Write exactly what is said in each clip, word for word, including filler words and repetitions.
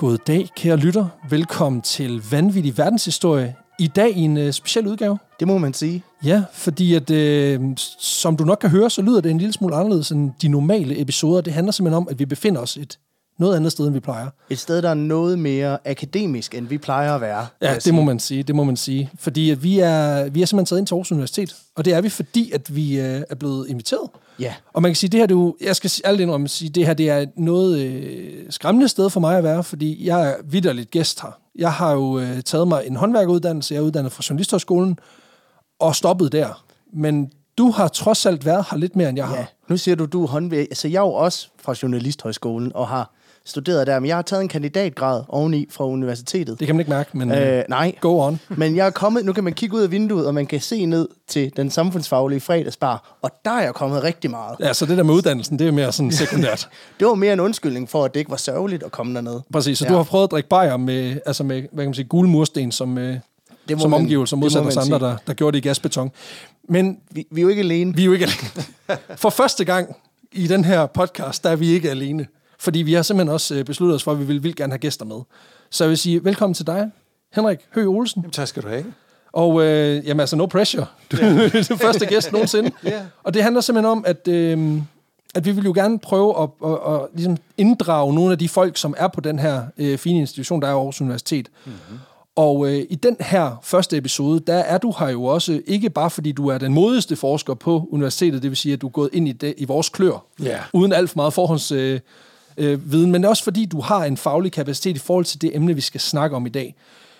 God dag, kære lytter. Velkommen til Vanvittig Verdenshistorie. I dag i en uh, speciel udgave. Det må man sige. Ja, fordi at, øh, som du nok kan høre, så lyder det en lille smule anderledes end de normale episoder. Det handler simpelthen om, at vi befinder os et noget andet sted, end vi plejer. Et sted, der er noget mere akademisk, end vi plejer at være. Ja, det sige. må man sige. Det må man sige. Fordi at vi, er, vi er simpelthen taget ind til Aarhus Universitet. Og det er vi, fordi at vi øh, er blevet inviteret. Ja. Og man kan sige, det her, det er jo, jeg skal alt indrømme, sige, det her det er noget øh, skræmmende sted for mig at være, fordi jeg er vitterligt gæst her. Jeg har jo øh, taget mig en håndværkeruddannelse. Jeg er uddannet fra Journalisthøjskolen og stoppet der. Men du har trods alt været her lidt mere, end jeg har. Ja, nu siger du, du er håndværker. Altså, jeg er jo også fra Journalisthøjskolen og har studeret der, men jeg har taget en kandidatgrad oveni fra universitetet. Det kan man ikke mærke, men øh, nej. Go on. Men jeg er kommet, nu kan man kigge ud af vinduet, og man kan se ned til den samfundsfaglige fredagsbar, og der er jeg kommet rigtig meget. Ja, så det der med uddannelsen, det er mere sådan sekundært. Det var mere en undskyldning for, at det ikke var sørgeligt at komme derned. Præcis, så ja. Du har prøvet at drikke bajer med, altså med, hvad kan man sige, gule mursten som, øh, som man, omgivelser modsat os andre, der, der gjorde det i gasbeton. Men vi, vi er jo ikke alene. Vi er jo ikke alene. For første gang i den her podcast, der er vi ikke alene. Fordi vi har simpelthen også besluttet os for, at vi vil, vil gerne have gæster med. Så jeg vil sige, velkommen til dig, Henrik Høgh Olesen. Jamen, tak skal du have. Og øh, jamen altså, no pressure. Du er den første gæst nogensinde. Yeah. Og det handler simpelthen om, at, øh, at vi vil jo gerne prøve at, at, at ligesom inddrage nogle af de folk, som er på den her øh, fine institution, der er Aarhus Universitet. Mm-hmm. Og øh, i den her første episode, der er du her jo også, ikke bare fordi du er den modigste forsker på universitetet, det vil sige, at du er gået ind i, det, i vores klør, yeah. uden alt for meget forhånds... Øh, Øh, viden, men også fordi du har en faglig kapacitet i forhold til det emne, vi skal snakke om i dag.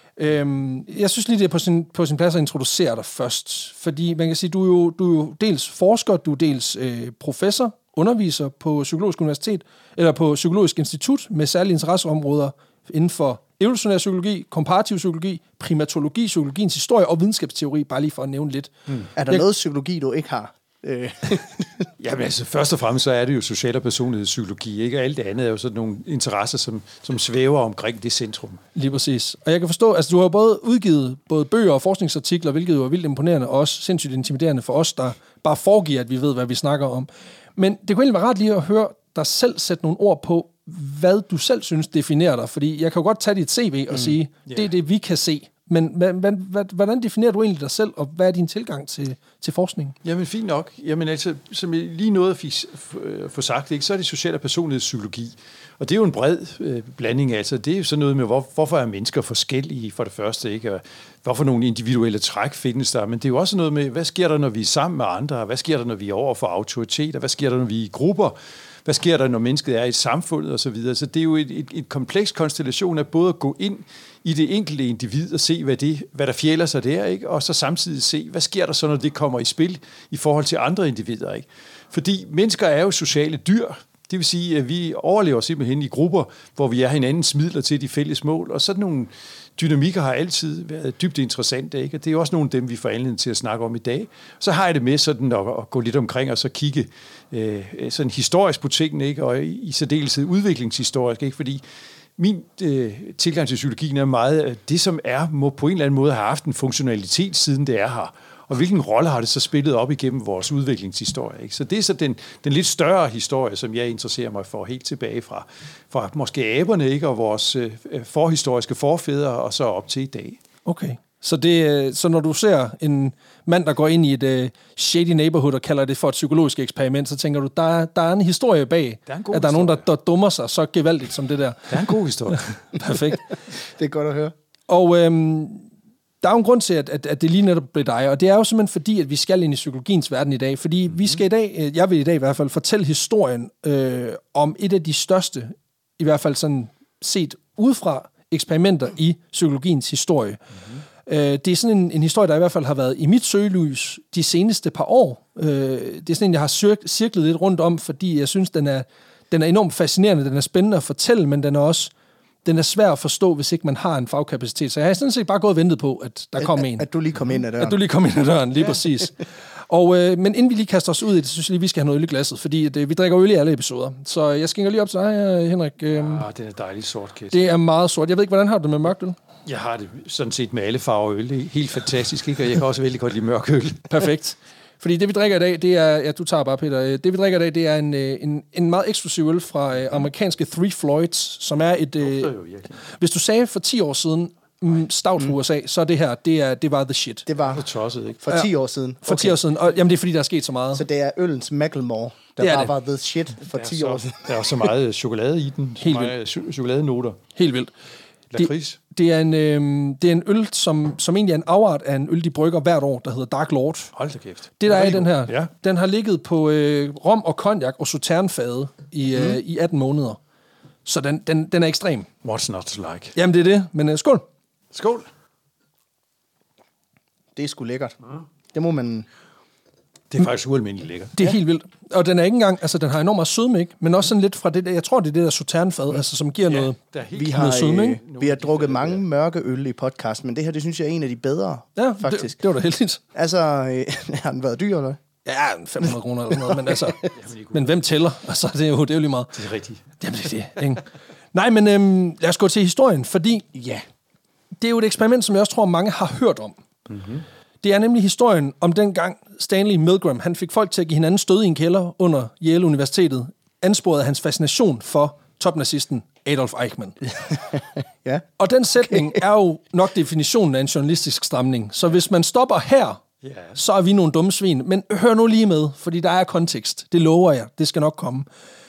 Øhm, jeg synes lige, det er på sin, på sin plads at introducere dig først, fordi man kan sige, du er jo, du er jo dels forsker, du er dels øh, professor, underviser på Psykologisk Universitet, eller på Psykologisk Institut med særlige interesseområder inden for evolutionær psykologi, komparativ psykologi, primatologi, psykologiens historie og videnskabsteori, bare lige for at nævne lidt. Hmm. Er der jeg, noget psykologi, du ikke har? Jamen altså, først og fremmest så er det jo social- og personlighedspsykologi, ikke? Og alt det andet er jo sådan nogle interesser, som, som svæver omkring det centrum. Lige præcis. Og jeg kan forstå, altså du har både udgivet både bøger og forskningsartikler, hvilket jo er vildt imponerende, og også sindssygt intimiderende for os, der bare foregiver, at vi ved, hvad vi snakker om. Men det kunne egentlig være rart lige at høre dig selv sætte nogle ord på, hvad du selv synes definerer dig. Fordi jeg kan jo godt tage dit C V og mm. sige, yeah. det er det, vi kan se. Men hvordan definerer du egentlig dig selv, og hvad er din tilgang til, til forskningen? Jamen fint nok. Jamen altså, som jeg lige nåede at få sagt, ikke, så er det social- og personlighedspsykologi. Og det er jo en bred øh, blanding. Altså, det er jo sådan noget med, hvor, hvorfor er mennesker forskellige for det første, ikke? Og hvorfor nogle individuelle træk findes der. Men det er jo også noget med, hvad sker der, når vi er sammen med andre? Hvad sker der, når vi er over for autoriteter? Hvad sker der, når vi er i grupper? Hvad sker der, når mennesket er i samfundet og så videre? Så det er jo et, et, et kompleks konstellation af både at gå ind i det enkelte individ og se, hvad, det, hvad der fjæler sig der, ikke? Og så samtidig se, hvad sker der så, når det kommer i spil i forhold til andre individer, ikke? Fordi mennesker er jo sociale dyr. Det vil sige, at vi overlever simpelthen i grupper, hvor vi er hinandens midler til de fælles mål, og sådan nogle dynamikker har altid været dybt interessante, ikke? Og det er også nogle af dem, vi får anledning til at snakke om i dag. Så har jeg det med sådan at, at gå lidt omkring og så kigge øh, sådan historisk på tingene, ikke? Og i, i særdeleshed udviklingshistorisk, ikke? Fordi min øh, tilgang til psykologien er meget, det som er, må på en eller anden måde have haft en funktionalitet, siden det er her. Og hvilken rolle har det så spillet op igennem vores udviklingshistorie, ikke? Så det er så den, den lidt større historie, som jeg interesserer mig for helt tilbage fra, fra måske aberne, ikke? Og vores øh, forhistoriske forfædre, og så op til i dag. Okay. Så, det, så når du ser en mand, der går ind i et uh, shady neighborhood og kalder det for et psykologisk eksperiment, så tænker du, der er, der er en historie bag, der er en at der historie. Er nogen, der, der dummer sig så gevaldigt som det der. Der er en god historie. Perfekt. Det er godt at høre. Og øhm, der er jo en grund til, at, at, at det lige netop blev dig, og det er jo simpelthen fordi, at vi skal ind i psykologiens verden i dag, fordi mm-hmm. vi skal i dag, jeg vil i dag i hvert fald fortælle historien øh, om et af de største, i hvert fald sådan set udefra, eksperimenter i psykologiens historie. Mm-hmm. Det er sådan en, en historie, der i hvert fald har været i mit søgelys de seneste par år. Det er sådan en, jeg har cirklet lidt rundt om, fordi jeg synes, den er, den er enormt fascinerende, den er spændende at fortælle, men den er også den er svær at forstå, hvis ikke man har en fagkapacitet. Så jeg har sådan set bare gået og ventet på, at der kom at, en. At du lige kom ind ad døren. At du lige kom ind ad døren, lige ja. præcis. Og, øh, men inden vi lige kaster os ud i det, så synes jeg lige, vi skal have noget øl i glasset, fordi det, vi drikker øl i alle episoder. Så jeg skænker lige op til dig, Henrik. Ja, det er dejligt sort, Kæt. Det er meget sort. Jeg ved ikke, hvordan har du det med mørkt øl? Jeg har det sådan set med alle farver øl. Det er helt fantastisk, ikke? Og jeg kan også vældig godt lide mørk øl. Perfekt. Fordi det, vi drikker i dag, det er... Ja, du tager bare, Peter. Det, vi drikker i dag, det er en, en, en meget eksklusiv øl fra øh, amerikanske Three Floyds, som er et... Øh, hvis du sagde for ti år siden, mm, stout fra mm. U S A, så er det her, det, er, det var the shit. Det var tosset, ikke? For ti år siden. For okay. ti år siden. Og jamen, det er fordi, der er sket så meget. Så det er øllens Macklemore, der bare det. var the shit for ti så, år siden. Der er så meget chokolade i den. Helt vildt. Chokoladenoter. Helt vildt. Lakrids. Det, det, er en, øh, det er en øl, som, som egentlig er en afart af en øl, de brygger hvert år, der hedder Dark Lord. Hold da kæft. Det, der er i den her, ja. den har ligget på øh, rom og cognac og sauternfade i, øh, mm. i atten måneder. Så den, den, den er ekstrem. What's not to like? Jamen, det er det. Men øh, skål. Skål. Det er sgu lækkert. Mm. Det må man... Det er faktisk ualmindeligt lækkert. Det er ja. helt vildt. Og den er ikke engang, altså den har enormt meget sødme, ikke? Men også sådan lidt fra det der, jeg tror det er det der sauternfad, mm. altså som giver ja, noget, vi har, noget sødme, ikke? Vi har drukket mange mørke øl i podcast, men det her, det synes jeg er en af de bedre, ja, faktisk. Det, det var da heldigt. Altså, øh, har den været dyr, eller? Ja, fem hundrede kroner eller noget, men altså, men hvem tæller? Altså, det er jo, det er jo lige meget. Det er rigtigt. Jamen, det er det, ikke? Nej, men øhm, lad os gå til historien, fordi ja, det er jo et eksperiment, som jeg også tror, mange har hørt om. Mm-hmm. Det er nemlig historien om dengang Stanley Milgram, han fik folk til at give hinanden stød i en kælder under Yale Universitetet, ansporet af hans fascination for topnazisten Adolf Eichmann. ja. Og den sætning okay. er jo nok definitionen af en journalistisk stramning. Så hvis man stopper her, yeah. så er vi nogle dumme svin. Men hør nu lige med, fordi der er kontekst. Det lover jeg. Det skal nok komme.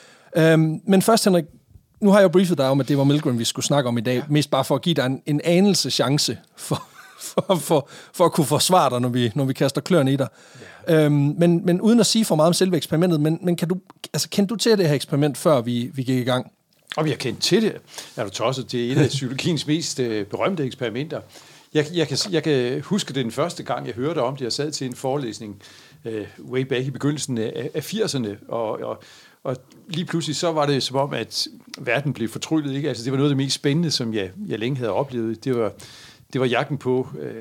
Øhm, men først, Henrik, nu har jeg jo briefet dig om, at det var Milgram, vi skulle snakke om i dag. Ja. Mest bare for at give dig en, en anelse chance for... For, for, for at kunne forsvare dig, når vi, når vi kaster kløerne i dig. Yeah. Øhm, men, men uden at sige for meget om selve eksperimentet, men, men kan du, altså, kendte du til det her eksperiment, før vi, vi gik i gang? Og vi har kendt til det. Er du tosset? Det er et af psykologiens mest øh, berømte eksperimenter. Jeg, jeg, kan, jeg kan huske den første gang, jeg hørte om det. Jeg sad til en forelæsning øh, way back i begyndelsen af, af firserne, og, og, og lige pludselig så var det som om, at verden blev fortryllet. Ikke? Altså, det var noget af det mest spændende, som jeg, jeg længe havde oplevet. Det var... Det var jagten på øh,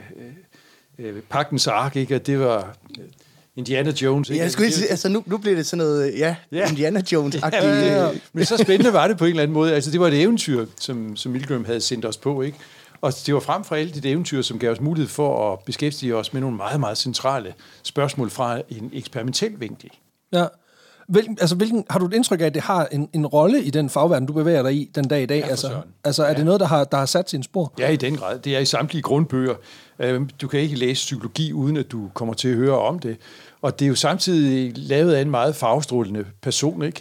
øh, Pagtens Ark, ikke? Og det var øh, Indiana Jones. Ikke? Jeg skulle ikke sige, altså nu, nu bliver det sådan noget, ja, ja. Indiana Jones-agtigt. Ja, ja. Men så spændende var det på en eller anden måde. Altså, det var et eventyr, som, som Milgram havde sendt os på, ikke? Og det var frem for alt et eventyr, som gav os mulighed for at beskæftige os med nogle meget, meget centrale spørgsmål fra en eksperimentel vinkel. Ja. Hvilken, altså, hvilken, har du et indtryk af, at det har en, en rolle i den fagverden, du bevæger dig i den dag i dag? Ja, altså, altså, er ja. det noget, der har, der har sat sin spor? Ja, i den grad. Det er i samtlige grundbøger. Du kan ikke læse psykologi, uden at du kommer til at høre om det. Og det er jo samtidig lavet af en meget farvestrålende person, ikke?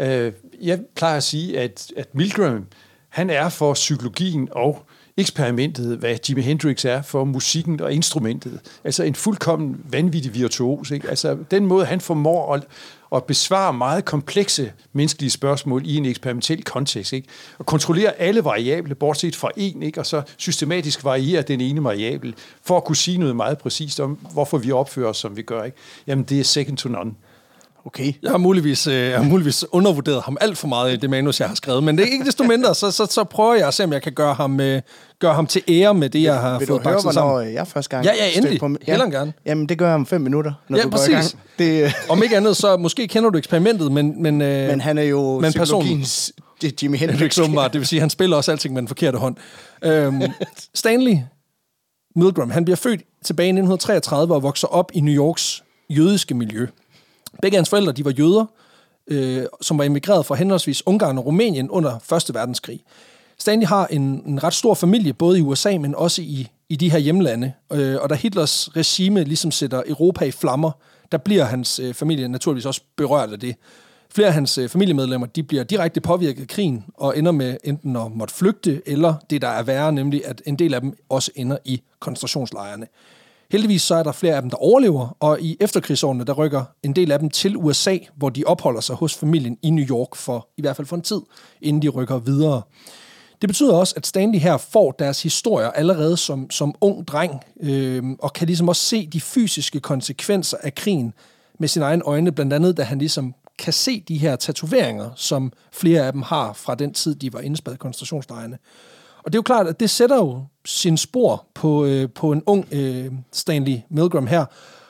Jeg plejer at sige, at, at Milgram, han er for psykologien og eksperimentet, hvad Jimi Hendrix er for musikken og instrumentet. Altså en fuldkommen vanvittig virtuos, ikke? Altså den måde, han formår at, at besvare meget komplekse menneskelige spørgsmål i en eksperimentel kontekst, ikke? Og kontrollere alle variable, bortset fra en, ikke? Og så systematisk variere den ene variabel, for at kunne sige noget meget præcist om, hvorfor vi opfører os, som vi gør, ikke? Jamen, det er second to none. Okay. Jeg har muligvis, øh, jeg har muligvis undervurderet ham alt for meget i det manus, jeg har skrevet, men det er ikke desto mindre, så, så, så prøver jeg at se, om jeg kan gøre ham, øh, gøre ham til ære med det, jeg har vil fået bakset sammen. Vil du høre, hvornår jeg første gang? Ja, ja, endelig. På, ja. Heller gerne. Jamen, det gør jeg om fem minutter, når ja, du præcis. går i gang. Det, om ikke andet, så måske kender du eksperimentet, men... Men, øh, men han er jo men psykologiens Jimi Hendrix. Det vil sige, han spiller også alting med den forkerte hånd. Øhm, Stanley Milgram, han bliver født tilbage i nitten treogtredive og vokser op i New Yorks jødiske miljø. Begge hans forældre, de var jøder, øh, som var emigreret fra henholdsvis Ungarn og Rumænien under første verdenskrig. Stanley har en, en ret stor familie, både i U S A, men også i, i de her hjemlande. Øh, og da Hitlers regime ligesom sætter Europa i flammer, der bliver hans øh, familie naturligvis også berørt af det. Flere af hans øh, familiemedlemmer, de bliver direkte påvirket af krigen, og ender med enten at måtte flygte, eller det, der er værre, nemlig at en del af dem også ender i koncentrationslejrene. Heldigvis så er der flere af dem, der overlever, og i efterkrigsårene, der rykker en del af dem til U S A, hvor de opholder sig hos familien i New York for i hvert fald for en tid, inden de rykker videre. Det betyder også, at Stanley her får deres historier allerede som, som ung dreng, øh, og kan ligesom også se de fysiske konsekvenser af krigen med sine egne øjne, blandt andet da han ligesom kan se de her tatoveringer, som flere af dem har fra den tid, de var indespærret i koncentrationslejrene. Og det er jo klart, at det sætter jo sin spor på, øh, på en ung øh, Stanley Milgram her.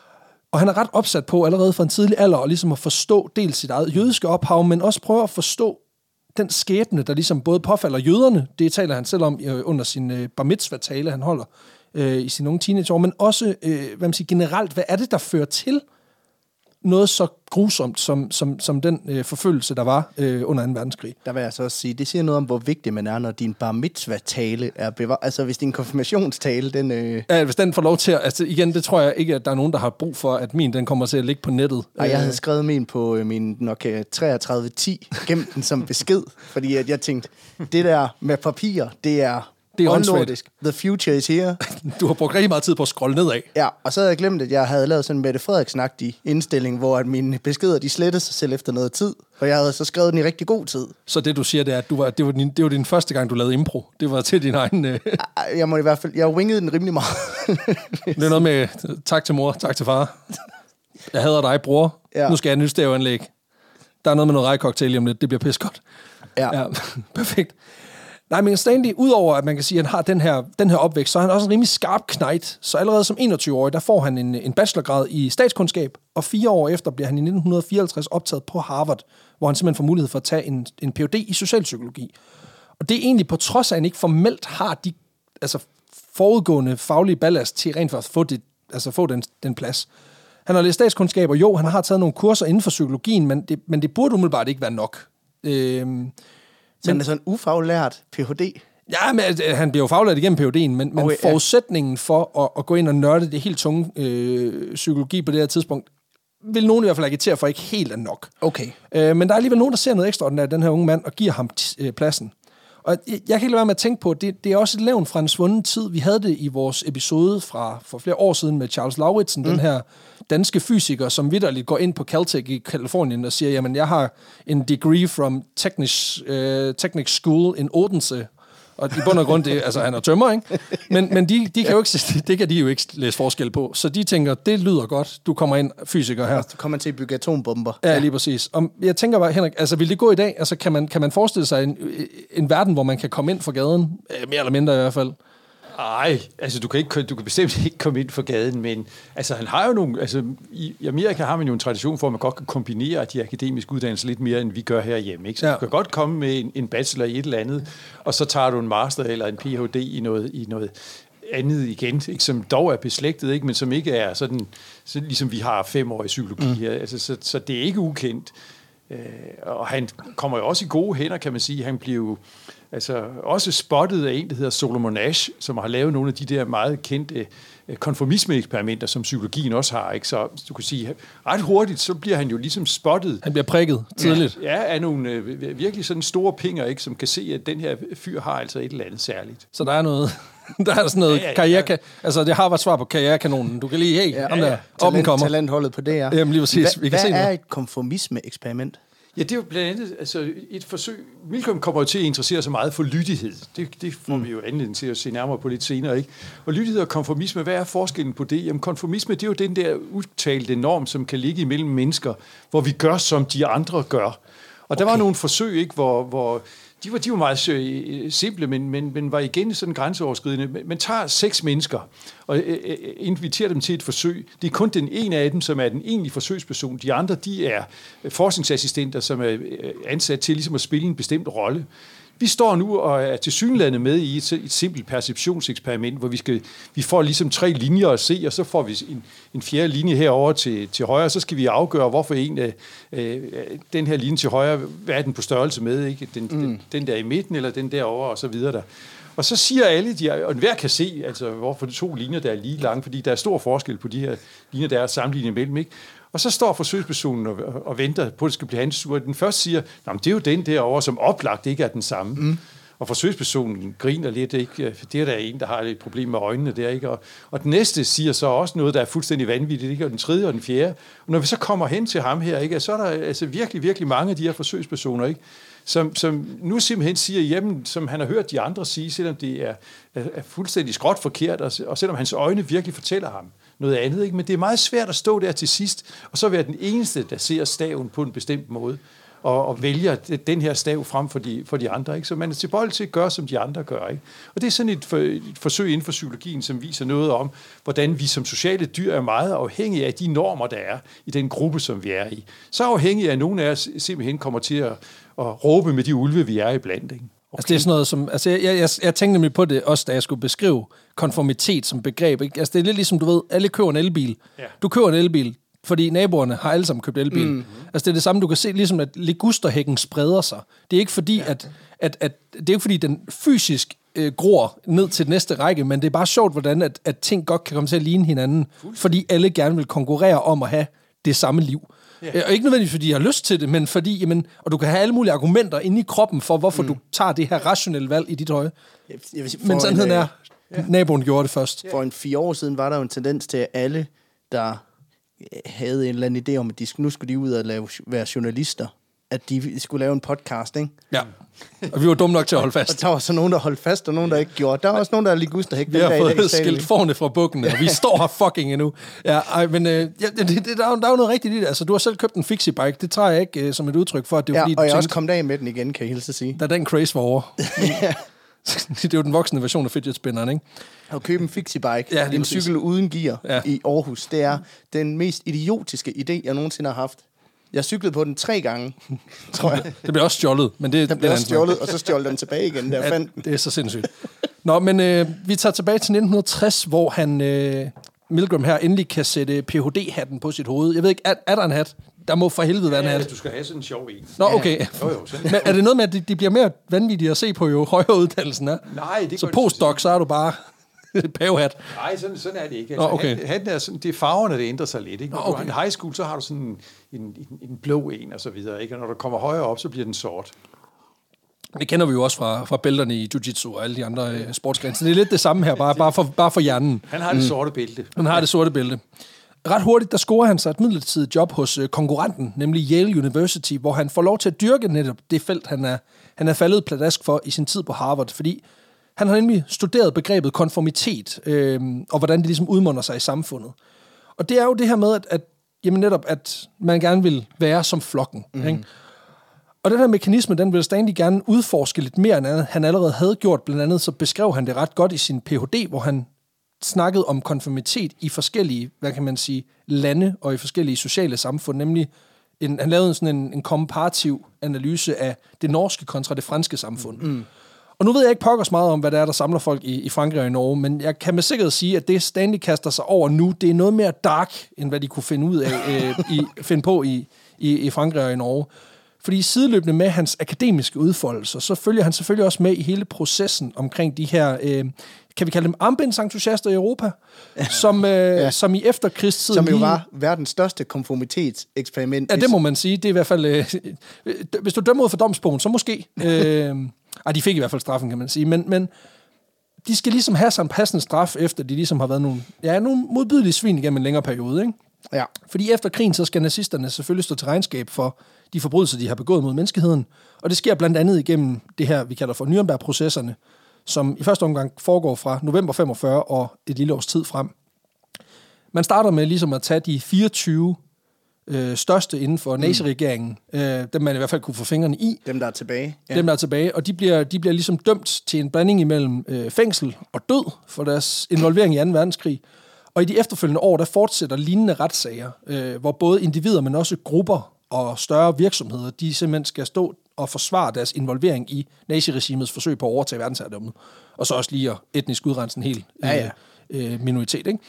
Og han er ret opsat på allerede fra en tidlig alder og ligesom at forstå dels sit eget jødiske ophav, men også prøve at forstå den skæbne, der ligesom både påfalder jøderne, det taler han selv om øh, under sin øh, bar mitzvah-tale, han holder øh, i sine unge teenageår, men også øh, hvad man siger, generelt, hvad er det, der fører til, noget så grusomt som, som, som den øh, forfølgelse, der var øh, under anden verdenskrig. Der vil jeg så også sige, det siger noget om, hvor vigtig man er, når din bar mitzvah-tale er bevaret. Altså, hvis din konfirmationstale, den... Øh... Ja, hvis den får lov til at... Altså, igen, det tror jeg ikke, at der er nogen, der har brug for, at min den kommer til at ligge på nettet. Ej, jeg havde skrevet min på øh, min Nokia treogtredive ti, gemt den som besked, fordi at jeg tænkte, det der med papir, det er... Det er åndlortisk. The future is here. Du har brugt rigtig meget tid på at scrolle nedad. Ja, og så havde jeg glemt, at jeg havde lavet sådan en Mette Frederiksen-agtig indstilling, hvor at mine beskeder, de slettede sig selv efter noget tid. Og jeg havde så skrevet den i rigtig god tid. Så det, du siger, det er, at du var, det, var din, det var din første gang, du lavede impro. Det var til din egen... Øh... Jeg må i hvert fald... Jeg wingede den rimelig meget. Det er noget med, tak til mor, tak til far. Jeg hader dig, bror. Ja. Nu skal jeg have et nyt stævanlæg. Der er noget med noget rejcocktail om lidt. Det bliver pis godt. Ja. Ja. Perfekt. Nej, men Stanley, udover at man kan sige, at han har den her, den her opvækst, så er han også en rimelig skarp knejt. Så allerede som enogtyve-årig, der får han en, en bachelorgrad i statskundskab, og fire år efter bliver han i nitten fireoghalvtreds optaget på Harvard, hvor han simpelthen får mulighed for at tage en, en P H D i socialpsykologi. Og det er egentlig på trods af, at han ikke formelt har de altså, forudgående faglige ballast til rent for at få, det, altså, få den, den plads. Han har læst statskundskab, og jo, han har taget nogle kurser inden for psykologien, men det, men det burde umiddelbart ikke være nok. Øhm, Så han er sådan en ufaglært P H D? Ja, men han bliver jo faglært igennem P H D'en, men, men okay, ja. Forudsætningen for at, at gå ind og nørde det helt tunge øh, psykologi på det her tidspunkt, vil nogen i hvert fald agitere for ikke helt er nok. Okay. Øh, men der er alligevel nogen, der ser noget ekstraordinært af den her unge mand, og giver ham t- øh, pladsen. Og jeg, jeg kan ikke lade være med at tænke på, at det, det er også et levn fra en svunden tid. Vi havde det i vores episode fra for flere år siden med Charles Lauritsen, mm. den her danske fysiker, som vitterligt går ind på Caltech i Kalifornien og siger, jamen, jeg har en degree from Technics, uh, Technics School in Odense. Og i bund og grund, det, altså han er tømmer, ikke? Men, men de, de kan jo ikke, det kan de jo ikke læse forskel på. Så de tænker, det lyder godt, du kommer ind, fysiker her. Du kommer til at bygge atombomber. Ja, lige præcis. Og jeg tænker bare, Henrik, altså vil det gå i dag? Altså kan man, kan man forestille sig en, en verden, hvor man kan komme ind fra gaden? Mere eller mindre i hvert fald. Nej, altså du kan, ikke, du kan bestemt ikke komme ind for gaden, men altså han har jo nogle, altså i Amerika har man jo en tradition for, at man godt kan kombinere de akademiske uddannelser lidt mere, end vi gør herhjemme, ikke? Så ja. Du kan godt komme med en, en bachelor i et eller andet, og så tager du en master eller en P H D i noget, i noget andet igen, ikke? Som dog er beslægtet, ikke? Men som ikke er sådan, så ligesom vi har fem år i psykologi mm. her, altså, så, så det er ikke ukendt. Øh, og han kommer jo også i gode hænder, kan man sige. Han bliver jo altså også spottet af en, der hedder Solomon Asch, som har lavet nogle af de der meget kendte konformisme-eksperimenter, som psykologien også har, ikke? Så du kan sige, ret hurtigt, så bliver han jo ligesom spottet. Han bliver prikket tidligt. Ja, ja, af nogle øh, virkelig sådan store pinger, ikke? Som kan se, at den her fyr har altså et eller andet særligt. Så der er noget, der er sådan noget ja, ja, karriere, ja. Altså det har været svar på karrierekanonen. Du kan lige, hey, ja, ham ja, der, ja. op den kommer. Talentholdet på det, ja. Jamen lige præcis. Hva, Vi kan hvad se er noget. et konformisme-eksperiment? Ja, det er jo blandt andet altså et forsøg. Milgram kommer jo til at interessere sig meget for lydighed. Det, det får mm. vi jo anledning til at se nærmere på lidt senere, ikke? Og lydighed og konformisme, hvad er forskellen på det? Jamen konformisme, det er jo den der udtalte norm, som kan ligge imellem mennesker, hvor vi gør, som de andre gør. Og okay. Der var nogle forsøg, ikke, hvor, hvor de var, de var meget simple, men, men, men var igen sådan grænseoverskridende. Man tager seks mennesker og øh, inviterer dem til et forsøg. Det er kun den ene af dem, som er den egentlige forsøgsperson. De andre, de er forskningsassistenter, som er ansat til ligesom at spille en bestemt rolle. Vi står nu og er tilsyneladende med i et, et simpelt perceptionseksperiment, hvor vi, skal, vi får ligesom tre linjer at se, og så får vi en, en fjerde linje herover til, til højre, og så skal vi afgøre, hvorfor en af øh, den her linje til højre, hvad er den på størrelse med, ikke? Den, mm. den, den der i midten, eller den derovre, og så videre der. Og så siger alle, de, og enhver kan se, altså, hvorfor de to linjer, der er lige lange, fordi der er stor forskel på de her linjer, der er sammenlignet imellem, ikke? Og så står forsøgspersonen og, og venter på, at det skal blive hans tur. Den første siger, det er jo den derovre, som oplagt ikke er den samme. Mm. Og forsøgspersonen griner lidt, ikke? Det er der en, der har et problem med øjnene der, ikke? Og, og den næste siger så også noget, der er fuldstændig vanvittigt, ikke? Og den tredje og den fjerde. Og når vi så kommer hen til ham her, ikke? Så er der altså virkelig, virkelig mange af de her forsøgspersoner, ikke? Som, som nu simpelthen siger, jamen, som han har hørt de andre sige, selvom det er, er, er fuldstændig skråt forkert, og, og selvom hans øjne virkelig fortæller ham noget andet, ikke? Men det er meget svært at stå der til sidst, og så være den eneste, der ser staven på en bestemt måde, og, og vælger den her stav frem for de, for de andre, ikke? Så man er tilbøjelig til at gøre, som de andre gør, ikke? Og det er sådan et, for, et forsøg inden for psykologien, som viser noget om, hvordan vi som sociale dyr er meget afhængige af de normer, der er i den gruppe, som vi er i. Så afhængige af, at nogen af os simpelthen kommer til at, at råbe med de ulve, vi er iblandt, ikke? Okay. Altså det er sådan noget som, altså jeg, jeg, jeg tænkte nemlig på det også, da jeg skulle beskrive konformitet som begreb, ikke? Altså det er lidt ligesom, du ved, alle køber en elbil. Ja. Du køber en elbil, Fordi naboerne har alle sammen købt elbil. Mm. Altså det er det samme, du kan se, ligesom at ligusterhækken spreder sig. Det er ikke fordi, ja. at, at, at, det er ikke fordi den fysisk øh, gror ned til næste række, men det er bare sjovt, hvordan at, at ting godt kan komme til at ligne hinanden, fordi alle gerne vil konkurrere om at have det samme liv. Ja. Og ikke nødvendigvis, fordi jeg har lyst til det, men fordi, jamen, og du kan have alle mulige argumenter inde i kroppen for, hvorfor mm. du tager det her rationelle valg i dit høje. Jeg, jeg sige, men sandheden er, ja. naboen gjorde det først. For en fire år siden var der jo en tendens til, at alle, der havde en eller anden idé om, at de, nu skulle de ud og lave, være journalister, at de skulle lave en podcast, ikke? Ja, og vi var dumme nok til at holde fast. Og der var så nogen, der holdt fast, og nogen, der ikke gjorde. Der var også nogen, der er ligusterhæk. Vi har fået skilt forne fra bukken, og vi står her fucking endnu. Ja, ej, men øh, ja, det, det, der, er, der er jo noget rigtigt i det. Altså, du har selv købt en fixie-bike. Det tager jeg ikke øh, som et udtryk for, at det er ja, fordi, og jeg tænkte, også kom af med den igen, kan jeg hilse at sige. Da den craze var over. Det er jo den voksne version af fidget spinneren, ikke? At købe en fixie-bike, ja, en cykel uden gear ja. i Aarhus, det er den mest idiotiske idé, jeg nogensinde har haft. Jeg cyklede på den tre gange, tror jeg. Det blev også stjålet. Men det, den blev også stjålet, og så stjålet den tilbage igen, da jeg ja, fandt den. Det er så sindssygt. Nå, men øh, vi tager tilbage til nitten tres, hvor han, øh, Milgram her, endelig kan sætte P H D-hatten på sit hoved. Jeg ved ikke, er, er der en hat? Der må for helvede være en hat. Ja, du skal have sådan en sjov en. Nå, okay. Ja. Jo, jo, men er det noget med, at de, de bliver mere vanvittige at se på, jo højere uddannelsen er? Nej, det så postdoc, så er du bare pavehat. Nej, sådan, sådan er det ikke. Altså, Nå, okay. hatten er sådan, det er farverne, det ændrer sig lidt. Ikke? Når Nå, okay. du har en high school, så har du sådan en, en, en, en blå en og så videre. Ikke? Og når du kommer højere op, så bliver den sort. Det kender vi jo også fra, fra bælterne i jiu-jitsu og alle de andre øh, sportsgrene. Så det er lidt det samme her, bare, bare, for, bare for hjernen. Han har det sorte bælte. Han har det sorte bælte. Ret hurtigt, der scorer han sig et midlertidigt job hos øh, konkurrenten, nemlig Yale University, hvor han får lov til at dyrke netop det felt, han er, han er faldet pladask for i sin tid på Harvard, fordi han har nemlig studeret begrebet konformitet, øh, og hvordan det ligesom udmunder sig i samfundet. Og det er jo det her med, at, at, jamen netop, at man gerne vil være som flokken. Mm. Ikke? Og den her mekanisme, den vil Stanley gerne udforske lidt mere, end han allerede havde gjort. Blandt andet så beskrev han det ret godt i sin P H D, hvor han snakkede om konformitet i forskellige, hvad kan man sige, lande og i forskellige sociale samfund. Nemlig, en, han lavede sådan en, en komparativ analyse af det norske kontra det franske samfund. Mm. Og nu ved jeg ikke pokkers meget om, hvad det er, der samler folk i, i Frankrig og i Norge, men jeg kan med sikkerhed sige, at det Stanley kaster sig over nu, det er noget mere dark, end hvad de kunne finde ud af, øh, i, finde på i, i, i Frankrig og i Norge. Fordi sideløbende med hans akademiske udfoldelser, så følger han selvfølgelig også med i hele processen omkring de her, øh, kan vi kalde dem armbindsentusiaster i Europa, som, øh, ja. som i efterkrigstiden... Som jo lige... var verdens største konformitetseksperiment. Ja, det må man sige. Det er i hvert fald... Øh, hvis du dømmer ud for domsbogen, så måske... Øh, ej, de fik i hvert fald straffen, kan man sige. Men, men de skal ligesom have sig en passende straf, efter de ligesom har været nogle, ja, nogle modbydelige svin igennem en længere periode, ikke? Ja. Fordi efter krigen, så skal nazisterne selvfølgelig stå til regnskab for de forbrydelser, de har begået mod menneskeheden. Og det sker blandt andet igennem det her, vi kalder for Nürnberg-processerne, som i første omgang foregår fra november femogfyrre og et lille års tid frem. Man starter med ligesom at tage de fireogtyve øh, største inden for naziregeringen, øh, dem man i hvert fald kunne få fingrene i. Dem, der er tilbage. Ja. Dem, der er tilbage, og de bliver, de bliver ligesom dømt til en blanding imellem øh, fængsel og død for deres involvering i anden verdenskrig. Og i de efterfølgende år, der fortsætter lignende retssager, øh, hvor både individer, men også grupper og større virksomheder, de simpelthen skal stå og forsvare deres involvering i naziregimets forsøg på at overtage verdensherredømmet. Og så også lige at etnisk udrense en hel ja, ja. Øh, minoritet. Ikke?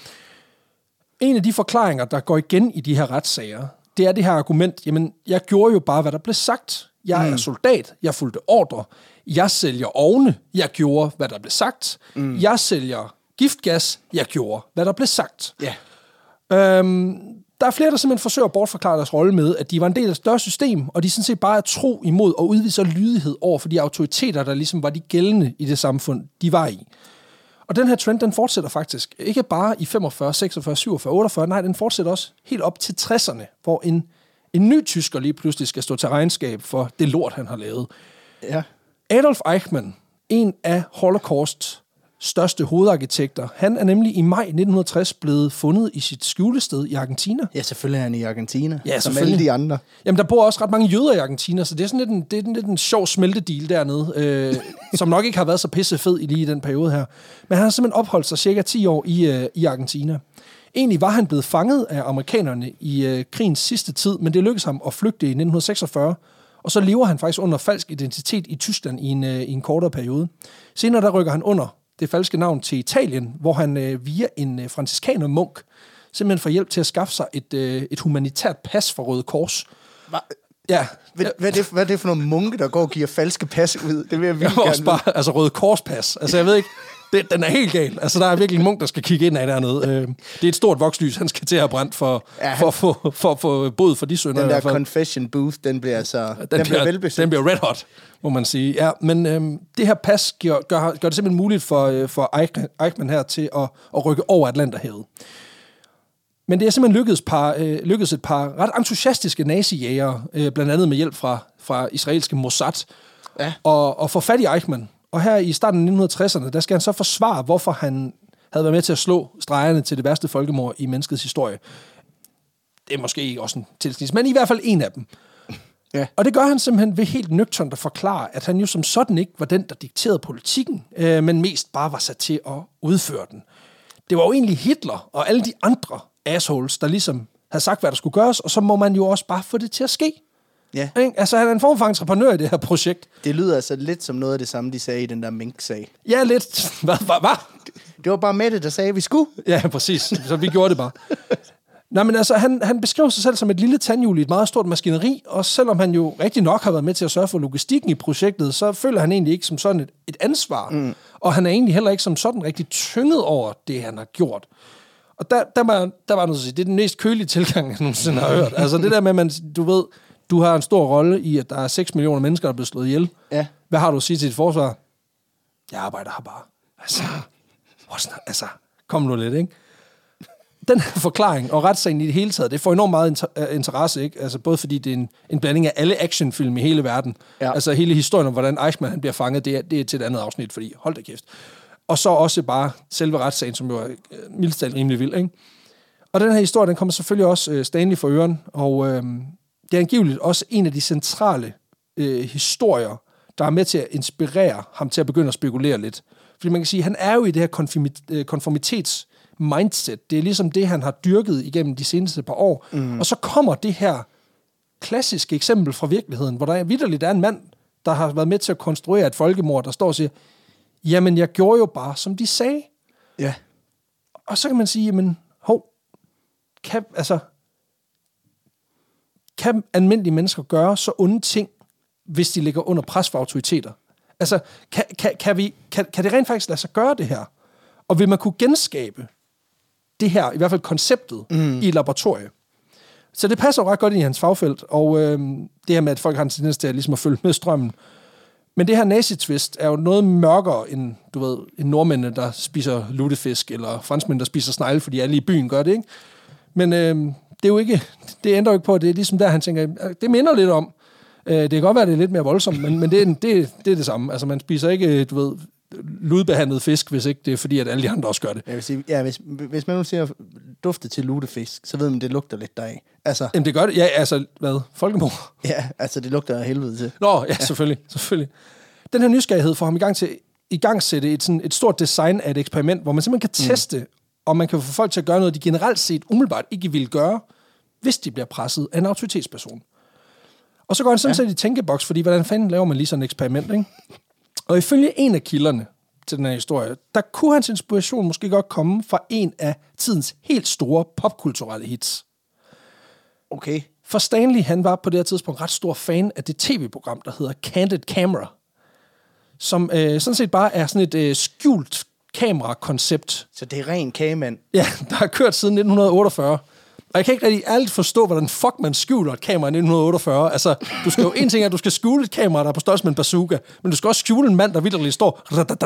En af de forklaringer, der går igen i de her retssager, det er det her argument, jamen, jeg gjorde jo bare, hvad der blev sagt. Jeg mm. er soldat, jeg fulgte ordre, jeg sælger ovne, jeg gjorde, hvad der blev sagt. Mm. Jeg sælger giftgas, jeg gjorde, hvad der blev sagt. Yeah. Øhm, der er flere, der simpelthen forsøger at bortforklare deres rolle med, at de var en del af et større system, og de sådan set bare er tro imod og udviser lydighed over for de autoriteter, der ligesom var de gældende i det samfund, de var i. Og den her trend, den fortsætter faktisk ikke bare i femogfyrre, seksogfyrre, syvogfyrre, otteogfyrre, nej, den fortsætter også helt op til tresserne, hvor en, en ny tysker lige pludselig skal stå til regnskab for det lort, han har lavet. Ja. Adolf Eichmann, en af Holocaust største hovedarkitekter. Han er nemlig i maj nitten tres blevet fundet i sit skjulested i Argentina. Ja, selvfølgelig er han i Argentina, ja, som alle de andre. Jamen, der bor også ret mange jøder i Argentina, så det er sådan lidt en, det er lidt en sjov smeltedeal dernede, øh, som nok ikke har været så pissefed i lige i den periode her. Men han har simpelthen opholdt sig cirka ti år i, øh, i Argentina. Egentlig var han blevet fanget af amerikanerne i øh, krigens sidste tid, men det lykkedes ham at flygte i nitten seksogfyrre, og så lever han faktisk under falsk identitet i Tyskland i en, øh, i en kortere periode. Senere der rykker han under det falske navn til Italien, hvor han øh, via en øh, franciskaner munk simpelthen får hjælp til at skaffe sig et, øh, et humanitært pas fra Røde Kors. Hva? Ja. Hvad, hvad, er det, hvad er det for nogle munke, der går og giver falske pas ud? Det vil jeg virkelig gerne også bare, altså Røde Kors pas. Altså jeg ved ikke, det, den er helt gal. Altså der er virkelig en munk, der skal kigge ind af dernede. Øh, det er et stort vokslys, han skal til at have brændt for, ja, han, for, for, for, for at få bod for de synder. Den der confession booth, den bliver altså den, den bliver, bliver velbesøgt. Den bliver red hot, må man sige. Ja, men øhm, det her pas gør, gør, gør det simpelthen muligt for, øh, for Eichmann her til at, at rykke over Atlanterhavet. Men det er simpelthen lykkedes, par, øh, lykkedes et par ret entusiastiske nazijægere, øh, blandt andet med hjælp fra, fra israelske Mossad, ja. og, og få fat i Eichmann. Og her i starten af nitten tresserne, der skal han så forsvare, hvorfor han havde været med til at slå stregerne til det værste folkemord i menneskets historie. Det er måske også en tilsnits, men i hvert fald en af dem. Ja. Og det gør han simpelthen ved helt nøgternt at forklare, at han jo som sådan ikke var den, der dikterede politikken, øh, men mest bare var sat til at udføre den. Det var jo egentlig Hitler og alle de andre assholes, der ligesom havde sagt, hvad der skulle gøres, og så må man jo også bare få det til at ske. Ja. Altså, han er en form for entreprenør i det her projekt. Det lyder altså lidt som noget af det samme, de sagde i den der Mink-sag. Ja, lidt. Hvad? Hvad? Hvad? Det var bare Mette, der sagde, at vi skulle. Ja, præcis. Så vi gjorde det bare. Nej, men altså, han, han beskriver sig selv som et lille tandhjul i et meget stort maskineri, og selvom han jo rigtig nok har været med til at sørge for logistikken i projektet, så føler han egentlig ikke som sådan et, et ansvar. Mm. Og han er egentlig heller ikke som sådan rigtig tynget over det, han har gjort. Og der, der, var, der var noget at sige, det er den mest kølige tilgang, jeg nogensinde har hørt. Altså det der med, at man, du ved, du har en stor rolle i, at der er seks millioner mennesker, der er blevet slået ihjel. Ja. Hvad har du at sige til dit forsvar? Jeg arbejder her bare. Altså, altså kom nu lidt, ikke? Den her forklaring og retssagen i det hele taget, det får enormt meget inter- interesse, ikke? Altså både fordi det er en, en blanding af alle actionfilm i hele verden. Ja. Altså hele historien om, hvordan Eichmann han bliver fanget, det er, det er til et andet afsnit, fordi hold da kæft. Og så også bare selve retssagen, som jo er mildt talt rimelig vild, ikke? Og den her historie, den kommer selvfølgelig også øh, Stanley for øren, og øh, det er angiveligt også en af de centrale øh, historier, der er med til at inspirere ham til at begynde at spekulere lidt. Fordi man kan sige, han er jo i det her konformit- konformitets mindset. Det er ligesom det, han har dyrket igennem de seneste par år. Mm. Og så kommer det her klassiske eksempel fra virkeligheden, hvor der vitterligt er en mand, der har været med til at konstruere et folkemord, der står og siger, jamen, jeg gjorde jo bare, som de sagde. Ja. Og så kan man sige, jamen, hov, kan, altså, kan almindelige mennesker gøre så onde ting, hvis de ligger under pres for autoriteter? Altså, kan, kan, kan, vi, kan, kan det rent faktisk lade sig gøre det her? Og vil man kunne genskabe det her, i hvert fald konceptet, mm. i et laboratorie? Så det passer jo ret godt ind i hans fagfelt, og øh, det her med, at folk har en tendens til at, ligesom at følge med strømmen. Men det her nazi-twist er jo noget mørkere end, du ved, en nordmændene, der spiser lutefisk, eller franskmænd, der spiser snegle, fordi alle i byen gør det, ikke? Men øh, det er jo ikke, det ændrer jo ikke på, at det er ligesom der, han tænker, det minder lidt om. Øh, det kan godt være, at det er lidt mere voldsomt, men, men det, er, det, det er det samme. Altså, man spiser ikke, du ved, ludbehandlet fisk, hvis ikke det er fordi, at alle de andre også gør det. Jeg vil sige, ja, hvis, hvis man nu siger duftet til lutefisk, så ved man, det lugter lidt deraf. Altså, Jamen det gør det, ja, altså, hvad? Folkemord? Ja, altså det lugter af helvede til. Nå, ja, ja. selvfølgelig, selvfølgelig. Den her nysgerrighed får ham i gang til i gang sætte et, sådan, et stort design af et eksperiment, hvor man simpelthen kan teste, mm. om man kan få folk til at gøre noget, de generelt set umiddelbart ikke vil gøre, hvis de bliver presset af en autoritetsperson. Og så går han sådan set ja. i tænkeboks, fordi hvordan fanden laver man lige sådan et eksperiment, ikke? Og ifølge en af kilderne til den her historie, der kunne hans inspiration måske godt komme fra en af tidens helt store popkulturelle hits. Okay. For Stanley, han var på det her tidspunkt ret stor fan af det tv-program, der hedder Candid Camera, som øh, sådan set bare er sådan et øh, skjult kamerakoncept. Så det er ren kagemand? Ja, der har kørt siden nitten otteogfyrre. Og jeg kan ikke rigtig ærligt forstå, hvordan fuck man skjuler et kamera i nitten otteogfyrre. Altså, du skal jo en ting er, at du skal skjule et kamera, der er på størrelse med en bazooka, men du skal også skjule en mand, der vitterligt står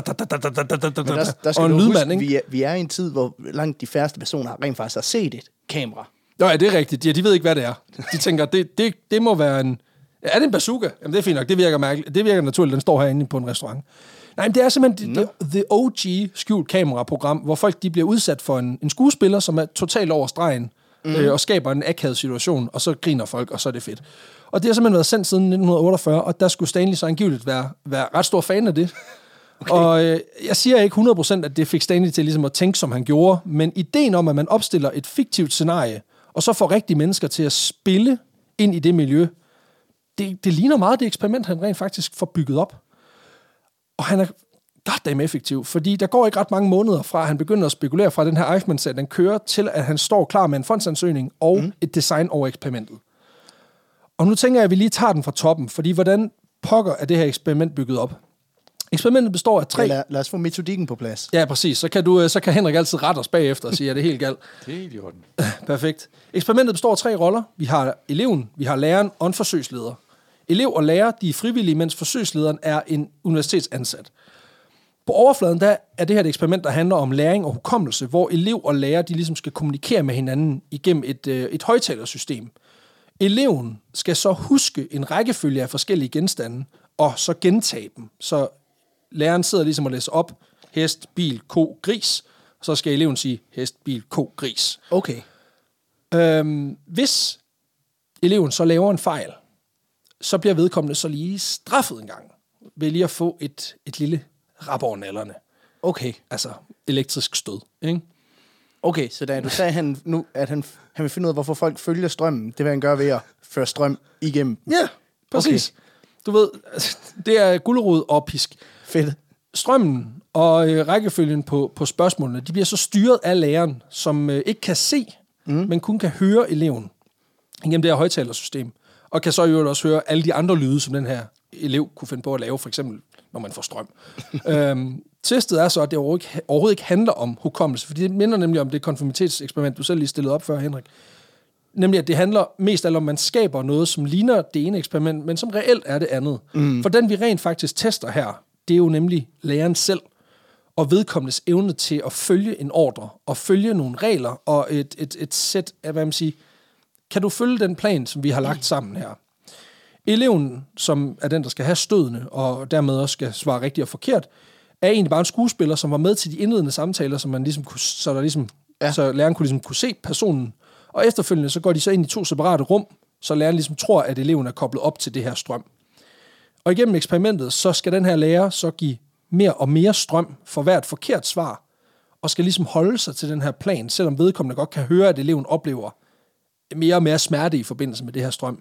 der, der skal og en lydmand, ikke? Vi er, vi er i en tid, hvor langt de færreste personer rent faktisk har set et kamera. Nå ja, det er rigtigt. Ja, de ved ikke, hvad det er. De tænker, det, det, det må være en... Er det en bazooka? Jamen, det er fint nok. Det virker mærkeligt. Det virker naturligt, den står herinde på en restaurant. Nej, men det er simpelthen no. the, the O G skjult kameraprogram, hvor folk de bliver udsat for en, en skuespiller, som er totalt over stregen, mm. øh, og skaber en akavet situation, og så griner folk, og så er det fedt. Og det har simpelthen været sendt siden nitten otteogfyrre, og der skulle Stanley så angiveligt være, være ret stor fan af det. Okay. Og øh, jeg siger ikke hundrede procent, at det fik Stanley til ligesom at tænke, som han gjorde, men ideen om, at man opstiller et fiktivt scenarie, og så får rigtige mennesker til at spille ind i det miljø, det, det ligner meget det eksperiment, han rent faktisk får bygget op. Og han er goddamn effektiv, fordi der går ikke ret mange måneder fra, at han begynder at spekulere fra den her Eichmann-sag, den kører, til at han står klar med en fondsansøgning og mm. et design over eksperimentet. Og nu tænker jeg, at vi lige tager den fra toppen, fordi hvordan pokker er det her eksperiment bygget op? Eksperimentet består af tre... Ja, lad, lad os få metodikken på plads. Ja, præcis. Så kan, du, så kan Henrik altid rette os bagefter og sige, at det er helt galt. Det er helt i orden. Perfekt. Eksperimentet består af tre roller. Vi har eleven, vi har læreren og en forsøgsleder. Elev og lærer, de er frivillige, mens forsøgslederen er en universitetsansat. På overfladen der er det her et eksperiment, der handler om læring og hukommelse, hvor elev og lærer de ligesom skal kommunikere med hinanden igennem et, øh, et højtalersystem. Eleven skal så huske en rækkefølge af forskellige genstande, og så gentage dem. Så læreren sidder ligesom og læser op, hest, bil, ko, gris. Så skal eleven sige hest, bil, ko, gris. Okay. Øhm, hvis eleven så laver en fejl, så bliver vedkommende så lige straffet en gang, ved lige at få et, et lille rap over nallerne. Okay. Altså elektrisk stød, ikke? Okay, så da du sagde, han, nu, at han, han vil finde ud af, hvorfor folk følger strømmen, det vil han gøre ved at føre strøm igennem. Ja, præcis. Okay. Du ved, det er gulerod og pisk. Fedt. Strømmen og øh, rækkefølgen på, på spørgsmålene, de bliver så styret af læreren, som øh, ikke kan se, mm. men kun kan høre eleven igennem det her højtalersystem. Og kan så i øvrigt også høre alle de andre lyde, som den her elev kunne finde på at lave, for eksempel når man får strøm. øhm, testet er så, at det overhovedet ikke, overhovedet ikke handler om hukommelse, fordi det minder nemlig om det konformitetseksperiment, du selv lige stillede op før, Henrik. Nemlig, at det handler mest af, om man skaber noget, som ligner det ene eksperiment, men som reelt er det andet. Mm. For den, vi rent faktisk tester her, det er jo nemlig læreren selv, og vedkommendes evne til at følge en ordre, og følge nogle regler, og et, et, et sæt af, hvad man siger, kan du følge den plan, som vi har lagt sammen her? Eleven, som er den, der skal have stødene, og dermed også skal svare rigtigt og forkert, er egentlig bare en skuespiller, som var med til de indledende samtaler, som man ligesom kunne, så, der ligesom, ja. så læreren kunne, ligesom kunne se personen. Og efterfølgende så går de så ind i to separate rum, så læreren ligesom tror, at eleven er koblet op til det her strøm. Og igennem eksperimentet, så skal den her lærer så give mere og mere strøm for hvert forkert svar, og skal ligesom holde sig til den her plan, selvom vedkommende godt kan høre, at eleven oplever mere og mere smerte i forbindelse med det her strøm.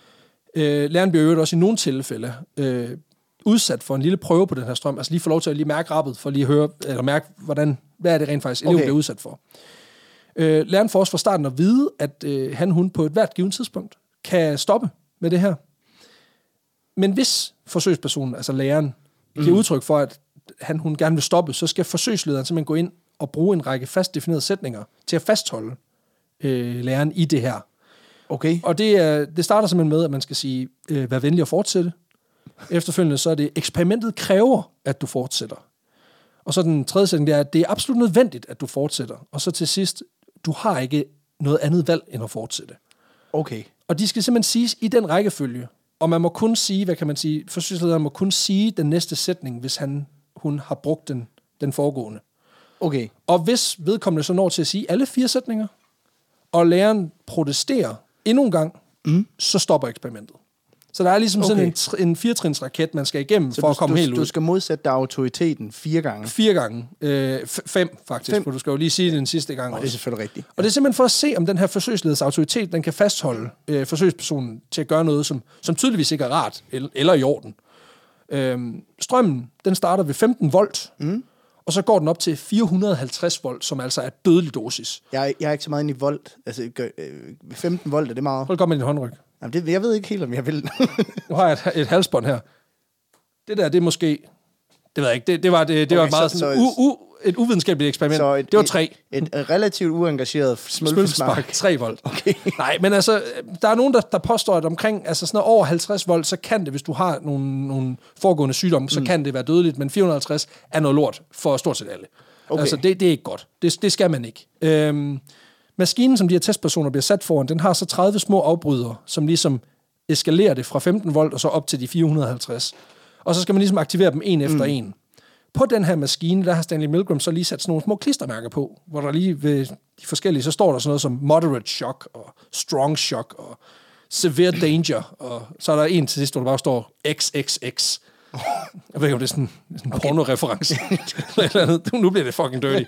Øh, læreren bliver jo også i nogle tilfælde øh, udsat for en lille prøve på den her strøm, altså lige få lov til at lige mærke rappet, for lige at høre, eller mærke, hvordan, hvad er det rent faktisk, eleven okay. bliver udsat for. Øh, læreren får også fra starten at vide, at øh, han, hun på et hvert givet tidspunkt kan stoppe med det her. Men hvis forsøgspersonen, altså læreren, giver mm. udtryk for, at han, hun gerne vil stoppe, så skal forsøgslederen simpelthen gå ind og bruge en række fast definerede sætninger til at fastholde øh, læreren i det her. Okay. Og det, er, det starter simpelthen med, at man skal sige, øh, vær venlig at fortsætte. Efterfølgende så er det, eksperimentet kræver, at du fortsætter. Og så den tredje sætning, det er, at det er absolut nødvendigt, at du fortsætter. Og så til sidst, du har ikke noget andet valg, end at fortsætte. Okay. Og de skal simpelthen siges i den rækkefølge. Og man må kun sige, hvad kan man sige, forsøgslederen må kun sige den næste sætning, hvis han, hun har brugt den, den foregående. Okay. Og hvis vedkommende så når til at sige alle fire sætninger, og læreren protesterer endnu en gang, mm. så stopper eksperimentet. Så der er ligesom okay. sådan en, tr- en firetrinsraket, man skal igennem så for du, at komme du, helt ud. Du skal modsætte dig autoriteten fire gange? Fire gange. Øh, f- fem, faktisk, fem. For du skal jo lige sige det den sidste gang oh, også. Det er selvfølgelig rigtigt. Og det er simpelthen for at se, om den her forsøgsleders autoritet, den kan fastholde øh, forsøgspersonen til at gøre noget, som, som tydeligvis ikke er rart eller, eller i orden. Øh, strømmen, den starter ved femten volt, mm. og så går den op til fire hundrede og halvtreds volt, som altså er dødelig dosis. Jeg, jeg er ikke så meget inde i volt. Altså, øh, femten volt, er det meget? Hold godt med din håndryg. Jamen, det, jeg ved ikke helt, om jeg vil. Nu har jeg et, et halsbånd her. Det der, det er måske... Det ved jeg ikke. Det, det var, det, det okay, var meget så, sådan, så, u, u, et uvidenskabeligt eksperiment. Et, det var tre. Et, et relativt uengageret smølfespark. tre volt. Okay. Nej, men altså, der er nogen, der, der påstår, at omkring altså sådan over halvtreds volt, så kan det, hvis du har nogle, nogle foregående sygdomme, så mm. kan det være dødeligt, men fire hundrede og halvtreds er noget lort for stort set alle. Okay. Altså, det, det er ikke godt. Det, det skal man ikke. Øhm, maskinen, som de her testpersoner bliver sat foran, den har så tredive små afbrydere, som ligesom eskalerer det fra femten volt og så op til de fire hundrede og halvtreds. Og så skal man ligesom aktivere dem en efter mm. en. På den her maskine, der har Stanley Milgram så lige sat sådan nogle små klistermærker på, hvor der lige ved de forskellige, så står der sådan noget som moderate shock, og strong shock, og severe danger, og så er der en til sidst, hvor der bare står X X X. Jeg ved ikke, om det er sådan en okay. porno-reference. eller andet. Nu bliver det fucking dirty.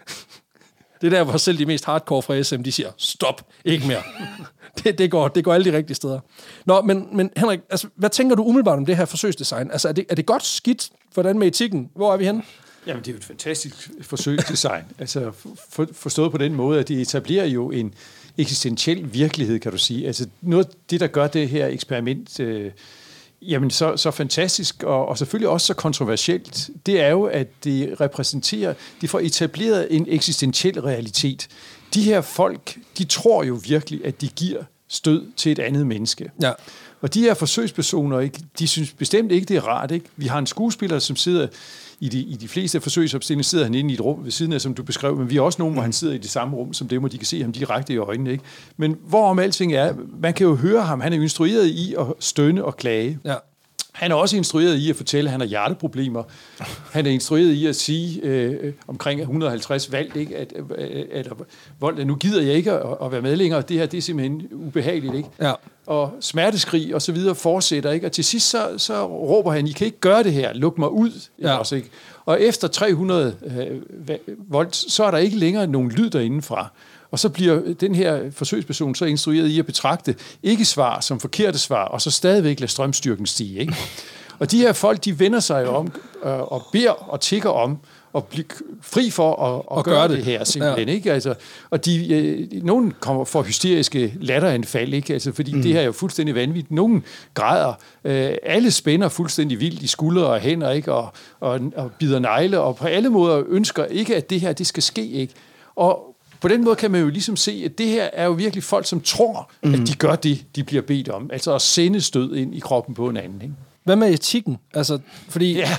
Det er der, hvor selv de mest hardcore fra S M, de siger, stop, ikke mere. det, det, går, det går alle de rigtige steder. Nå, men, men Henrik, altså, hvad tænker du umiddelbart om det her forsøgsdesign? Altså, er det, er det godt skidt? hvordan med etikken? Hvor er vi henne? Jamen, det er jo et fantastisk forsøgsdesign. altså for, forstået på den måde, at det etablerer jo en eksistentiel virkelighed, kan du sige. Altså noget af det, der gør det her eksperiment øh, jamen så, så fantastisk, og, og selvfølgelig også så kontroversielt, det er jo, at det repræsenterer, de får etableret en eksistentiel realitet. De her folk, de tror jo virkelig, at de giver stød til et andet menneske. Ja. Og de her forsøgspersoner, ikke, de synes bestemt ikke, det er rart. Ikke? Vi har en skuespiller, som sidder i de, i de fleste forsøgsopstillinger, sidder han inde i et rum ved siden af, som du beskrev, men vi har også nogen, hvor han sidder i det samme rum som dem, og de kan se ham direkte i øjnene. Ikke? Men hvorom alting er, man kan jo høre ham, han er instrueret i at stønne og klage. Ja. Han er også instrueret i at fortælle, at han har hjerteproblemer. Han er instrueret i at sige øh, omkring et hundrede og halvtreds valgt, ikke, at, at, at, at nu gider jeg ikke at, at være med længere. Det her, det er simpelthen ubehageligt. Ikke? Ja. Og smerteskrig og så videre fortsætter. Ikke? Og til sidst så, så råber han, I kan ikke gøre det her. Luk mig ud. Ja. Også, ikke? Og efter tre hundrede øh, volt, så er der ikke længere nogen lyd derindefra. Og så bliver den her forsøgsperson så instrueret i at betragte ikke-svar som forkerte svar, og så stadigvæk lade strømstyrken stige. Ikke? Og de her folk, de vender sig jo om øh, og beder og tigger om at blive fri for at, at og gøre, gøre det, det her simpelthen. Ja. Ikke? Altså, og de, øh, nogen kommer for hysteriske latteranfald, ikke? Altså, fordi mm. det her er jo fuldstændig vanvittigt. Nogen græder. Øh, alle spænder fuldstændig vildt i skuldre og hænder, ikke? Og, og, og bider negle, og på alle måder ønsker ikke, at det her det skal ske. Ikke? Og på den måde kan man jo ligesom se, at det her er jo virkelig folk, som tror, mm. at de gør det, de bliver bedt om. Altså at sende stød ind i kroppen på en anden. Ikke? Hvad med etikken? Altså, fordi... Ja.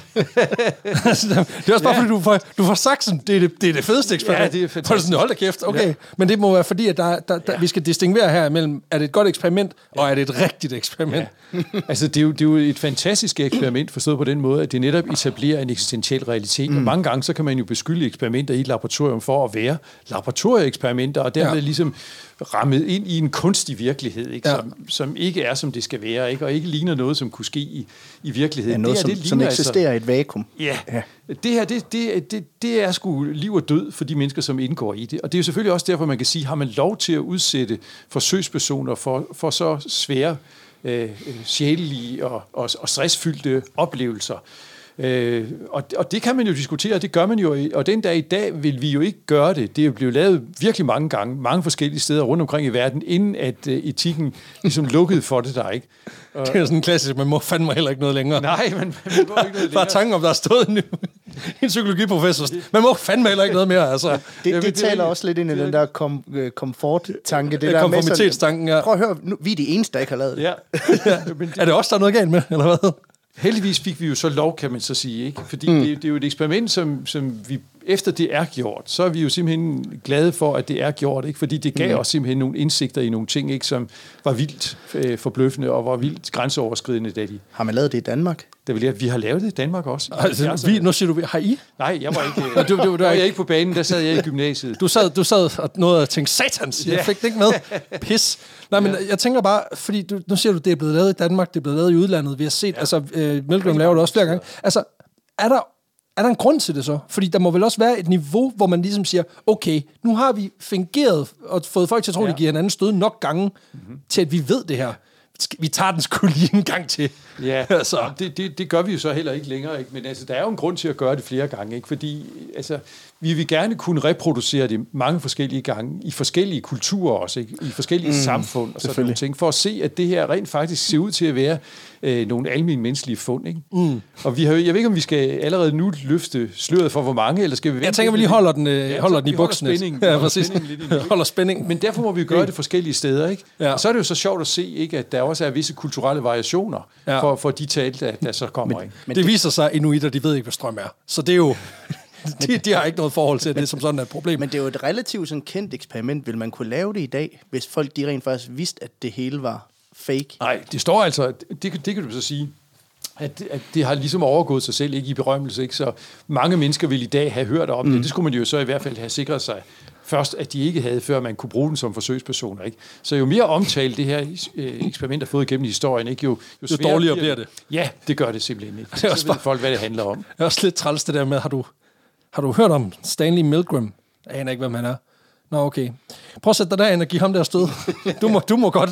altså, det er også bare, ja. fordi du får, du får sagt sådan, det er det, det, er det fedeste eksperiment. Ja, det er fantastisk. Sådan, hold da kæft, okay. Ja. Men det må være fordi, at der, der, der, ja. vi skal distinguere her mellem, er det et godt eksperiment, ja. og er det et rigtigt eksperiment? Ja. altså, det er, jo, det er jo et fantastisk eksperiment, forstået på den måde, at det netop etablerer en eksistentiel realitet. Mm. Og mange gange, så kan man jo beskylde eksperimenter i et laboratorium for at være laboratorieeksperimenter, og dermed ja. ligesom rammet ind i en kunstig virkelighed, ikke? Ja. Som, som ikke er, som det skal være, ikke? Og ikke ligner noget, som kunne ske i, i virkeligheden. Ja, noget, det her, som, det som eksisterer altså, i et vakuum. Ja, ja. det her, det, det, det, det er sgu liv og død for de mennesker, som indgår i det. Og det er jo selvfølgelig også derfor, man kan sige, har man lov til at udsætte forsøgspersoner for, for så svære, øh, sjælelige og, og, og stressfyldte oplevelser. Øh, og, og det kan man jo diskutere, og det gør man jo, og den dag i dag vil vi jo ikke gøre det. Det er jo blevet lavet virkelig mange gange, mange forskellige steder rundt omkring i verden, inden at uh, etikken ligesom lukkede for det der, ikke? Og, det er sådan klassisk, man må fandme heller ikke noget længere. Nej, man, man må ikke noget længere. Bare tanken om, der er stået en, en psykologiprofessor. Man må fandme heller ikke noget mere, altså. Det, det, det, det taler også lidt ind i den der kom, komfort-tanke. Det der konformitetstanken, ja. Prøv at høre, nu, vi er de eneste, der ikke har lavet det. Ja. ja. Er det også der er noget galt med, eller hvad? Heldigvis fik vi jo så lov, kan man så sige, ikke? Fordi mm. det, det er jo et eksperiment, som, som vi, efter det er gjort, så er vi jo simpelthen glade for, at det er gjort, ikke? Fordi det gav mm. os simpelthen nogle indsigter i nogle ting, ikke? Som var vildt øh, forbløffende og var vildt grænseoverskridende. Da de, har man lavet det i Danmark? Det vil jeg, vi har lavet det i Danmark også. Altså, altså, vi, nu siger du, har I? Nej, jeg var ikke, du, du, du, du var jeg ikke på banen, der sad jeg i gymnasiet. Du sad, du sad og nåede at tænke, satans, jeg fik det ikke med. Pis. Nej, men ja. jeg tænker bare, fordi du, nu siger du, det er blevet lavet i Danmark, det er blevet lavet i udlandet, vi har set, ja. altså, øh, Milgram laver det også flere gange. Altså, er der, er der en grund til det så? Fordi der må vel også være et niveau, hvor man ligesom siger, okay, nu har vi fingeret og fået folk til at tro, ja. det giver hinanden stød nok gange, mm-hmm. til at vi ved det her. Vi tager den sgu lige en gang til. Ja, altså. det, det, det gør vi jo så heller ikke længere. Ikke? Men altså, der er jo en grund til at gøre det flere gange. Ikke? Fordi altså, vi vil gerne kunne reproducere det mange forskellige gange, i forskellige kulturer også, ikke? I forskellige mm, samfund og sådan nogle ting, for at se, at det her rent faktisk ser ud til at være øh, nogle almindelige menneskelige fund. Ikke? Mm. Og vi har, jeg ved ikke, om vi skal allerede nu løfte sløret for, hvor mange, eller skal vi vente? Jeg tænker, vi lige holder den, øh, ja, holder den i buksene. Ja, præcis. Holder spænding. Men derfor må vi gøre det forskellige steder. Ikke? Ja. Og så er det jo så sjovt at se, ikke, at der også er visse kulturelle variationer ja. for, for de tal, der, der så kommer. Men, ikke? men det, det viser sig, at inuitter, de ved ikke, hvad strøm er. Så det er jo... De, de har ikke noget forhold til det, som sådan er et problem. Men det er jo et relativt sådan kendt eksperiment. Vil man kunne lave det i dag, hvis folk de rent faktisk vidste, at det hele var fake? Nej, det står altså, det, det kan du så sige, at, at det har ligesom overgået sig selv, ikke i berømmelse, ikke? Så mange mennesker vil i dag have hørt om mm. det. Det skulle man jo så i hvert fald have sikret sig først, at de ikke havde, før man kunne bruge den som forsøgspersoner. Ikke? Så jo mere omtalt det her øh, eksperiment har fået igennem historien, ikke? Jo, jo, jo dårligere bliver det. Ja, det gør det simpelthen ikke. Så ved folk, hvad det handler om. Det er også lidt træls det der med, har du, har du hørt om Stanley Milgram? Jeg aner ikke, hvem han er. Nå, okay. Prøv at sætte dig derind og give ham der stød. Du må, du må godt.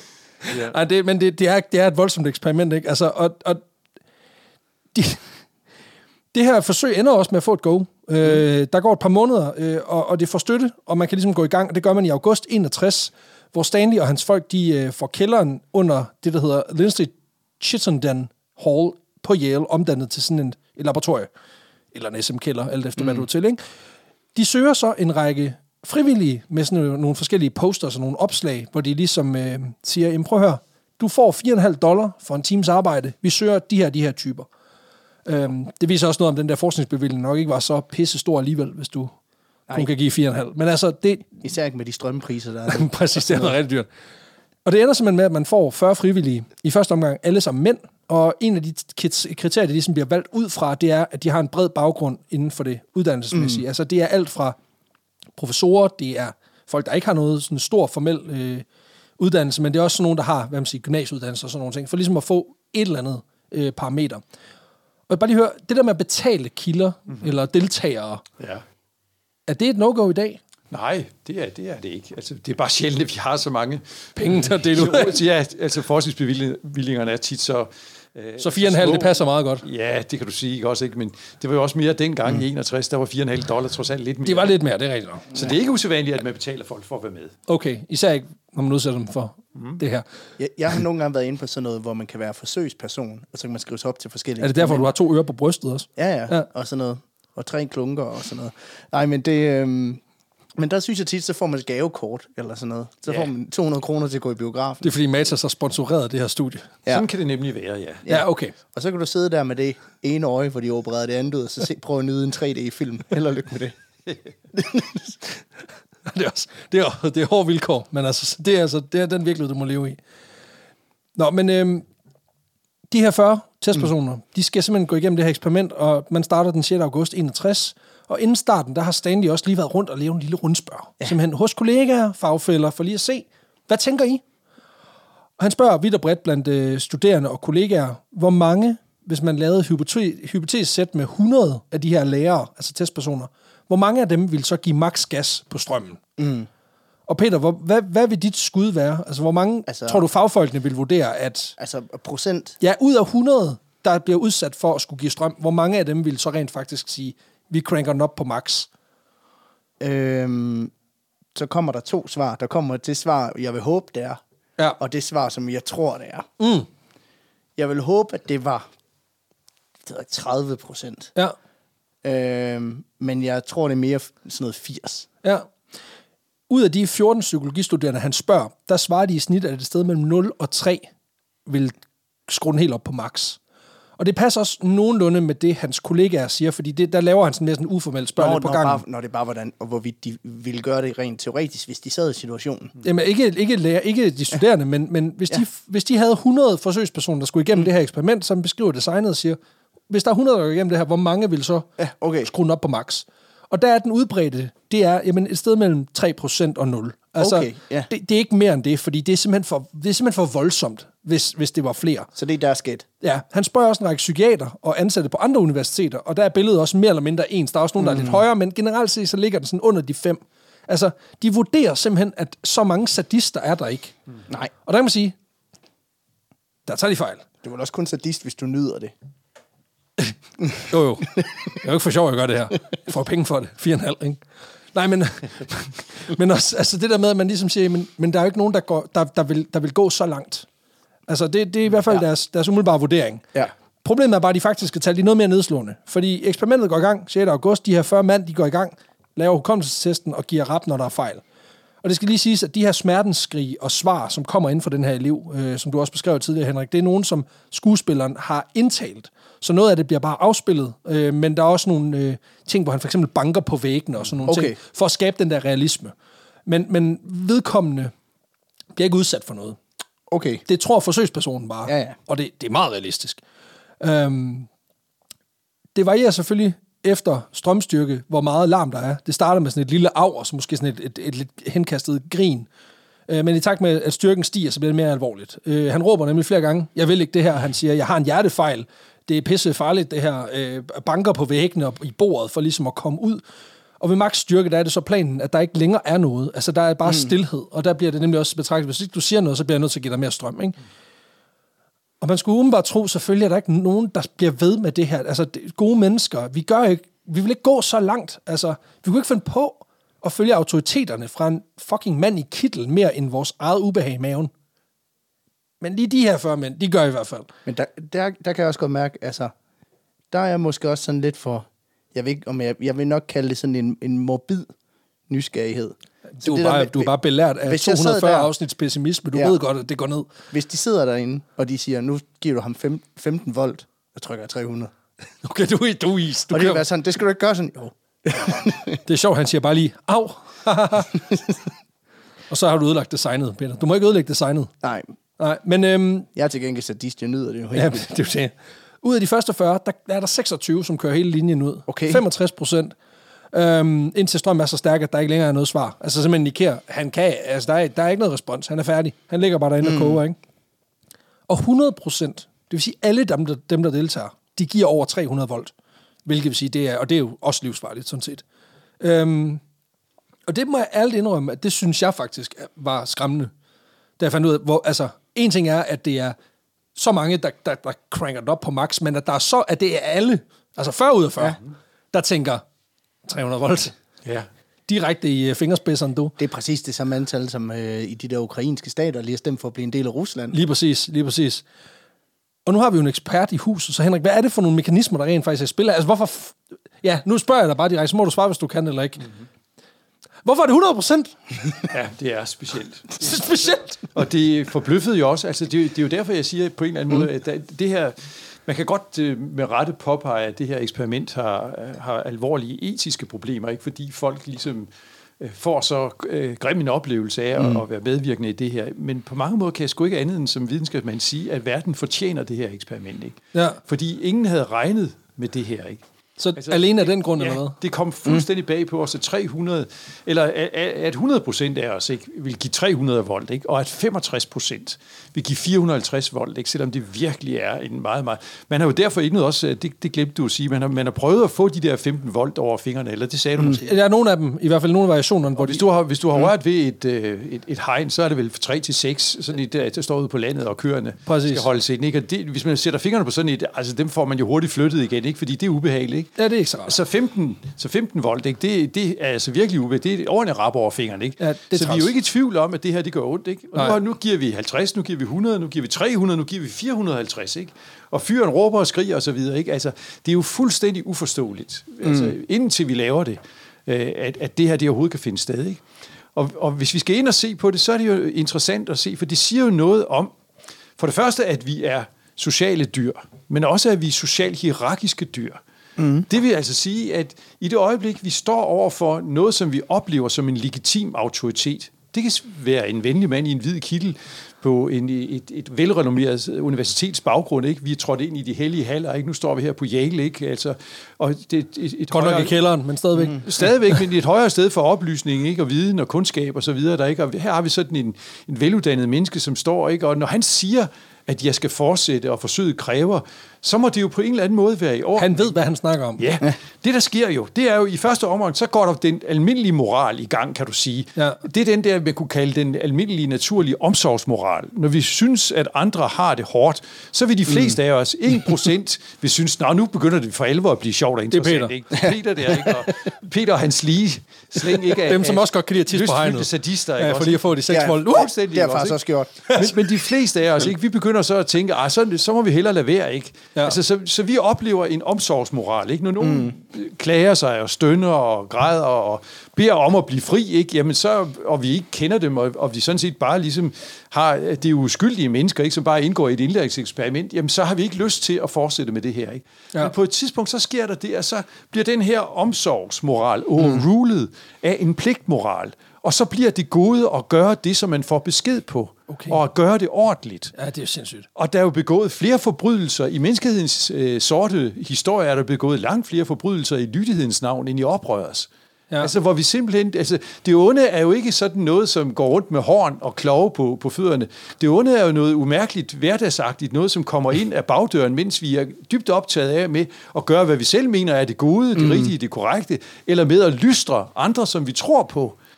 Ja. Ej, det, men det, det, er, det er et voldsomt eksperiment, ikke? Altså, og, og de, Det her forsøg ender også med at få et go. Mm. Øh, der går et par måneder, øh, og, og det får støtte, og man kan ligesom gå i gang. Og det gør man i august enogtres, hvor Stanley og hans folk, de øh, får kælderen under det, der hedder Lindsay Chittenden Hall på Yale, omdannet til sådan en, et laboratorie. Eller en S M-kælder, alt efter mm. hvad du er til, ikke? De søger så en række frivillige med sådan nogle forskellige posters og nogle opslag, hvor de ligesom øh, siger, jamen prøv at høre, du får fire komma fem dollar for en times arbejde. Vi søger de her, de her typer. Øhm, det viser også noget om, den der forskningsbevilling nok ikke var så pisse stor alligevel, hvis du kun kan give fire komma fem. Men altså, det... Især ikke med de strømpriser, der er. Præcis, det er rigtig dyrt. Og det ender simpelthen med, at man får fyrre frivillige, i første omgang alle sammen mænd, og en af de kriterier, de som bliver valgt ud fra, det er, at de har en bred baggrund inden for det uddannelsesmæssige. Mm. Altså, det er alt fra professorer, det er folk, der ikke har noget sådan stor formel øh, uddannelse, men det er også sådan nogen, der har, hvad man siger, gymnasieuddannelse og sådan nogle ting, for ligesom at få et eller andet øh, parameter. Og jeg bare lige høre, det der med at betale kilder, mm-hmm. eller deltagere, ja. Er det et no-go i dag? Nej, det er, det er det ikke. Altså, det er bare sjældent, at vi har så mange penge til at dele ud. Ja, altså forskningsbevillingerne er tit så... Øh, så fire komma fem, det passer meget godt. Ja, det kan du sige, ikke også, ikke? Men det var jo også mere dengang mm. i enogtres, der var fire komma fem dollar trods alt lidt mere. Det var lidt mere, det er rigtigt nok. Så ja. Det er ikke usædvanligt, at man betaler folk for at være med. Okay, især ikke, når man udsætter dem for mm. det her. Jeg, jeg har nogle gange været inde på sådan noget, hvor man kan være forsøgsperson, og så kan man skrive sig op til forskellige... Er det derfor, du har to ører på brystet også? Ja, ja, ja. Og sådan noget. Og tre klunker og sådan noget. Nej, men det... Øhm Men der synes jeg tit, så får man et gavekort eller sådan noget. Så ja. Får man to hundrede kroner til at gå i biografen. Det er fordi Matas har sponsoreret det her studie. Ja. Sådan kan det nemlig være, ja. Ja, okay. Og så kan du sidde der med det ene øje, hvor de opererede det andet ud, og så se, prøve at nyde en tre D-film. Held og lykke med det. det, er også, det, er, det er hårde vilkår, men altså, det, er altså, det er den virkelighed, du må leve i. Nå, men øhm, de her fyrre testpersoner, mm. de skal simpelthen gå igennem det her eksperiment, og man starter den sjette august enogtres. Og inden starten, der har Stanley også lige været rundt og lavet en lille rundspørg. Ja. Simpelthen hos kollegaer, fagfæller, for lige at se, hvad tænker I? Og han spørger vidt og bredt blandt øh, studerende og kollegaer, hvor mange, hvis man lavede et hypote- hypotetisk sæt med hundrede af de her lærere, altså testpersoner, hvor mange af dem vil så give maks gas på strømmen? Mm. Og Peter, hvor, hvad, hvad vil dit skud være? Altså, hvor mange altså, tror du fagfolkene vil vurdere, at... Altså, procent? Ja, ud af hundrede, der bliver udsat for at skulle give strøm, hvor mange af dem vil så rent faktisk sige, vi cranker den op på max? Øhm, så kommer der to svar. Der kommer det svar, jeg vil håbe, det er. Ja. Og det svar, som jeg tror, det er. Mm. Jeg vil håbe, at det var, det var tredive procent. Ja. Øhm, men jeg tror, det er mere sådan noget firs. Ja. Ud af de fjorten psykologistuderende, han spørger, der svarer de i snit, at et sted mellem nul og tre vil skrue den helt op på max. Og det passer også nogenlunde med det, hans kollegaer siger, fordi det, der laver han sådan mere sådan uformelt spørgsmål på gangen. Bare, når det er bare, hvordan, og hvorvidt de ville gøre det rent teoretisk, hvis de sad i situationen. Jamen, ikke, ikke, lærer, ikke de studerende, ja. men, men hvis, ja. de, hvis de havde hundrede forsøgspersoner, der skulle igennem mm. det her eksperiment, som beskriver designet og siger, hvis der er hundrede, der går igennem det her, hvor mange vil så ja, okay. skrue den op på max? Og der er den udbredte, det er jamen, et sted mellem tre procent og nul. Altså, okay, ja. det, det er ikke mere end det, fordi det er simpelthen for, det er simpelthen for voldsomt, hvis, hvis det var flere. Så det er deres gæt? Ja, han spørger også en række psykiater og ansatte på andre universiteter, og der er billedet også mere eller mindre ens. Der er også nogen, der er lidt højere, men generelt set, så ligger den sådan under de fem. Altså, de vurderer simpelthen, at så mange sadister er der ikke. Mm. Nej. Og der kan man sige, der tager de fejl. Du er vel også kun sadist, hvis du nyder det. jo, jo. Jeg er jo ikke for sjov, at jeg gør det her. Jeg får penge for det. fire komma fem, ikke? Nej, men, men også, altså det der med, at man ligesom siger, men, men der er jo ikke nogen, der, går, der, der, vil, der vil gå så langt. Altså, det, det er i hvert fald ja. deres, deres umiddelbare vurdering. Ja. Problemet er bare, at de faktiske tal, de er noget mere nedslående. Fordi eksperimentet går i gang sjette august, de her fyrre mand, de går i gang, laver hukommelsestesten og giver rap, når der er fejl. Og det skal lige siges, at de her smertensskrig og svar, som kommer ind fra den her elev, øh, som du også beskrev tidligere, Henrik, det er nogen, som skuespilleren har indtalt. Så noget af det bliver bare afspillet, øh, men der er også nogle øh, ting, hvor han for eksempel banker på væggene og sådan nogle okay. ting, for at skabe den der realisme. Men, men vedkommende bliver ikke udsat for noget. Okay. Det tror forsøgspersonen bare, ja, ja. og det, det er meget realistisk. Øhm, det varierer selvfølgelig efter strømstyrke, hvor meget larm der er. Det starter med sådan et lille aver, så måske sådan et, et, et, et lidt henkastet grin. Øh, men i takt med, at styrken stiger, så bliver det mere alvorligt. Øh, han råber nemlig flere gange, jeg vil ikke det her. Han siger, jeg har en hjertefejl. Det er pisse farligt, det her. Øh, banker på væggene og i bordet for ligesom at komme ud. Og ved maks styrke, der er det så planen, at der ikke længere er noget. Altså, der er bare mm. stilhed. Og der bliver det nemlig også betragtet, hvis ikke du siger noget, så bliver jeg nødt til at give dig mere strøm, ikke? Og man skulle umiddelbart tro, selvfølgelig er der ikke nogen, der bliver ved med det her. Altså, det, gode mennesker, vi gør ikke, vi vil ikke gå så langt. Altså, vi kunne ikke finde på at følge autoriteterne fra en fucking mand i kittel mere end vores eget ubehag i maven. Men lige de her fyrre mænd, de gør i hvert fald. Men der, der, der kan jeg også godt mærke, altså, der er jeg måske også sådan lidt for, jeg vil, ikke, om jeg, jeg vil nok kalde det sådan en, en morbid nysgerrighed. Du er, bare, med, du er bare belært af to hundrede og fyrre der, afsnits pessimisme. Du ja, ved godt, at det går ned. Hvis de sidder derinde, og de siger, nu giver du ham femten volt, så trykker jeg tre hundrede. Okay, du, du er is. Du og det vil være sådan, det skal du ikke gøre sådan. Jo. Det er sjovt, han siger bare lige, au. Og så har du ødelagt designet, Peter. Du må ikke ødelægge designet. Nej. Nej, men... Øhm, jeg er til gengæld sadist, jeg nyder det jo. Ja, det er jo det. Ud af de første fyrre, der er der seksogtyve, som kører hele linjen ud. Okay. femogtres procent. Øhm, indtil strøm er så stærk, at der ikke længere er noget svar. Altså simpelthen Ikea, han kan, altså der er, der er ikke noget respons. Han er færdig. Han ligger bare derinde mm. og koger, ikke? Og hundrede procent, det vil sige alle dem der, dem, der deltager, de giver over tre hundrede volt. Hvilket vil sige, det er, og det er jo også livsfarligt, sådan set. Øhm, og det må jeg ærligt indrømme, at det synes jeg faktisk var skræmmende. Da jeg fandt ud af, hvor, altså, en ting er, at det er så mange, der, der, der cranker det op på max, men at der er så, at det er alle, altså fyrre ud af fyrre, ja. Der tænker tre hundrede volt. Ja. Direkte i uh, fingerspidserne, du. Det er præcis det samme antal, som øh, i de der ukrainske stater lige har stemt for at blive en del af Rusland. Lige præcis, lige præcis. Og nu har vi jo en ekspert i huset, så Henrik, hvad er det for nogle mekanismer, der rent faktisk er i spil? Altså hvorfor... F- ja, nu spørger jeg dig bare direkte, så må du svare, hvis du kan eller ikke. Mm-hmm. Hvorfor er det hundrede procent? Ja, det er specielt. Det er specielt. Og det forbløffede jo også. Altså, det, det er jo derfor, jeg siger på en eller anden måde, at det her... Man kan godt med rette påpege, at det her eksperiment har, har alvorlige etiske problemer, ikke? Fordi folk ligesom får så øh, grim en oplevelse af mm. at, at være medvirkende i det her. Men på mange måder kan jeg sgu ikke andet end som videnskabsmand sige, at verden fortjener det her eksperiment. Ikke? Ja. Fordi ingen havde regnet med det her, ikke? Så altså, alene af den grund, ja, eller hvad? Det kom fuldstændig bag på os, at tre hundrede, eller at hundrede procent af os ikke, vil give tre hundrede volt, ikke? Og at femogtres procent vil give fire hundrede og halvtreds volt, ikke? Selvom det virkelig er en meget, meget... Man har jo derfor ikke noget også, det, det glemte du at sige, man har, man har prøvet at få de der femten volt over fingrene, eller det sagde du måske. Der er nogle af dem, i hvert fald nogle variationer. Hvor hvis, du har, hvis du har rørt ved et, et, et hegn, så er det vel tre til seks, sådan et, der står ude på landet, og køerne Præcis. Skal holde sig, ikke? Og det, hvis man sætter fingrene på sådan et, altså dem får man jo hurtigt flyttet igen, ikke? Fordi det er ubehageligt, ikke? Ja, det er ikke så rart. Så femten, så femten volt, ikke? Det, det er altså virkelig ubehageligt. Det er et ordentligt rap over fingrene, ikke? Ja, det så vi er jo ikke i tvivl om, at det her, det gør ondt, ikke? Og nu, nu giver vi halvtreds, nu giver vi hundrede, nu giver vi tre hundrede, nu giver vi fire hundrede og halvtreds, ikke? Og fyren råber og skriger og så videre, ikke? Altså, det er jo fuldstændig uforståeligt, mm. altså, indtil vi laver det, at, at det her, det overhovedet kan finde sted, ikke? Og, og hvis vi skal ind og se på det, så er det jo interessant at se, for det siger jo noget om, for det første, at vi er sociale dyr, men også, at vi er socialt hierarkiske dyr. Mm. Det vil altså sige, at i det øjeblik, vi står over for noget, som vi oplever som en legitim autoritet, det kan være en venlig mand i en hvid kittel på en, et, et velrenommeret universitets baggrund, ikke? Vi er trådt ind i de hellige haller, ikke? Nu står vi her på Yale, ikke? Altså, og det et, et, et Godt nok i kælderen, men stadigvæk. Mm. Stadigvæk, men et højere sted for oplysning, ikke? Og viden og kundskab og så videre, der, ikke? Og her har vi sådan en, en veluddannet menneske, som står, ikke? Og når han siger, at jeg skal fortsætte og forsøget kræver, så må det jo på en eller anden måde være i orden. Han ved, hvad han snakker om. Ja, det der sker jo, det er jo i første omgang, så går der den almindelige moral i gang, kan du sige. Ja. Det er den der, man kunne kalde den almindelige, naturlige omsorgsmoral. Når vi synes, at andre har det hårdt, så vil de fleste mm. af os, en procent, vil synes, nå, nu begynder det for alvor at blive sjovt og interessant. Det er Peter. Ikke? Peter der, ikke? Og Peter og hans lige slæng, ikke? Af, dem, som også godt kan lide at tisse på hegnet. Sadister, ikke? Ja, for lige at få de seks ja, volt. Uh, det er faktisk også gjort. Men, men de fleste af os, ikke? Vi begynder så at tænke, så, så må vi hellere lade være, ikke? Ja. Altså, så, så vi oplever en omsorgsmoral, ikke? Når nogen mm. klager sig og stønner og græder og beder om at blive fri, ikke? Jamen så, og vi ikke kender dem, og, og vi sådan set bare ligesom har det er uskyldige mennesker, ikke? Som bare indgår i et indlæringseksperiment, jamen så har vi ikke lyst til at fortsætte med det her, ikke? Ja. Men på et tidspunkt, så sker der det, at så bliver den her omsorgsmoral overrulet mm. af en pligtmoral, og så bliver det gode at gøre det, som man får besked på, okay. og at gøre det ordentligt. Ja, det er jo sindssygt. Og der er jo begået flere forbrydelser. I menneskehedens øh, sorte historie er der begået langt flere forbrydelser i lydighedens navn, end i oprørers. Ja. Altså, hvor vi simpelthen... Altså, det onde er jo ikke sådan noget, som går rundt med horn og klove på, på fødderne. Det onde er jo noget umærkeligt, hverdagsagtigt, noget, som kommer ind af bagdøren, mens vi er dybt optaget af med at gøre, hvad vi selv mener er det gode, det mm. rigtige, det korrekte, eller med at lystre andre, som vi tror på.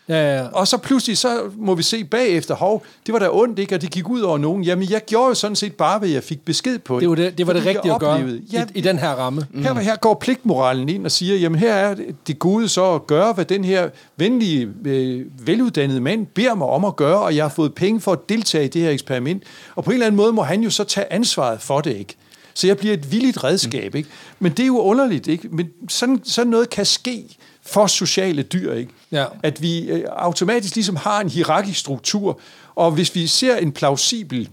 Ja, ja, ja. Og så pludselig, så må vi se bagefter, hov, det var da ondt, ikke? Og det gik ud over nogen. Jamen, jeg gjorde jo sådan set bare, hvad jeg fik besked på. Det var det, det, var det rigtige at gøre ja, i, i den her ramme. Her, her går pligtmoralen ind og siger, jamen her er det gode så at gøre, hvad den her venlige, øh, veluddannede mand beder mig om at gøre, og jeg har fået penge for at deltage i det her eksperiment. Og på en eller anden måde må han jo så tage ansvaret for det, ikke? Så jeg bliver et villigt redskab, ikke? Men det er jo underligt, ikke? Men sådan, sådan noget kan ske for sociale dyr, ikke? Ja. At vi øh, automatisk ligesom har en hierarkisk struktur, og hvis vi ser en plausibel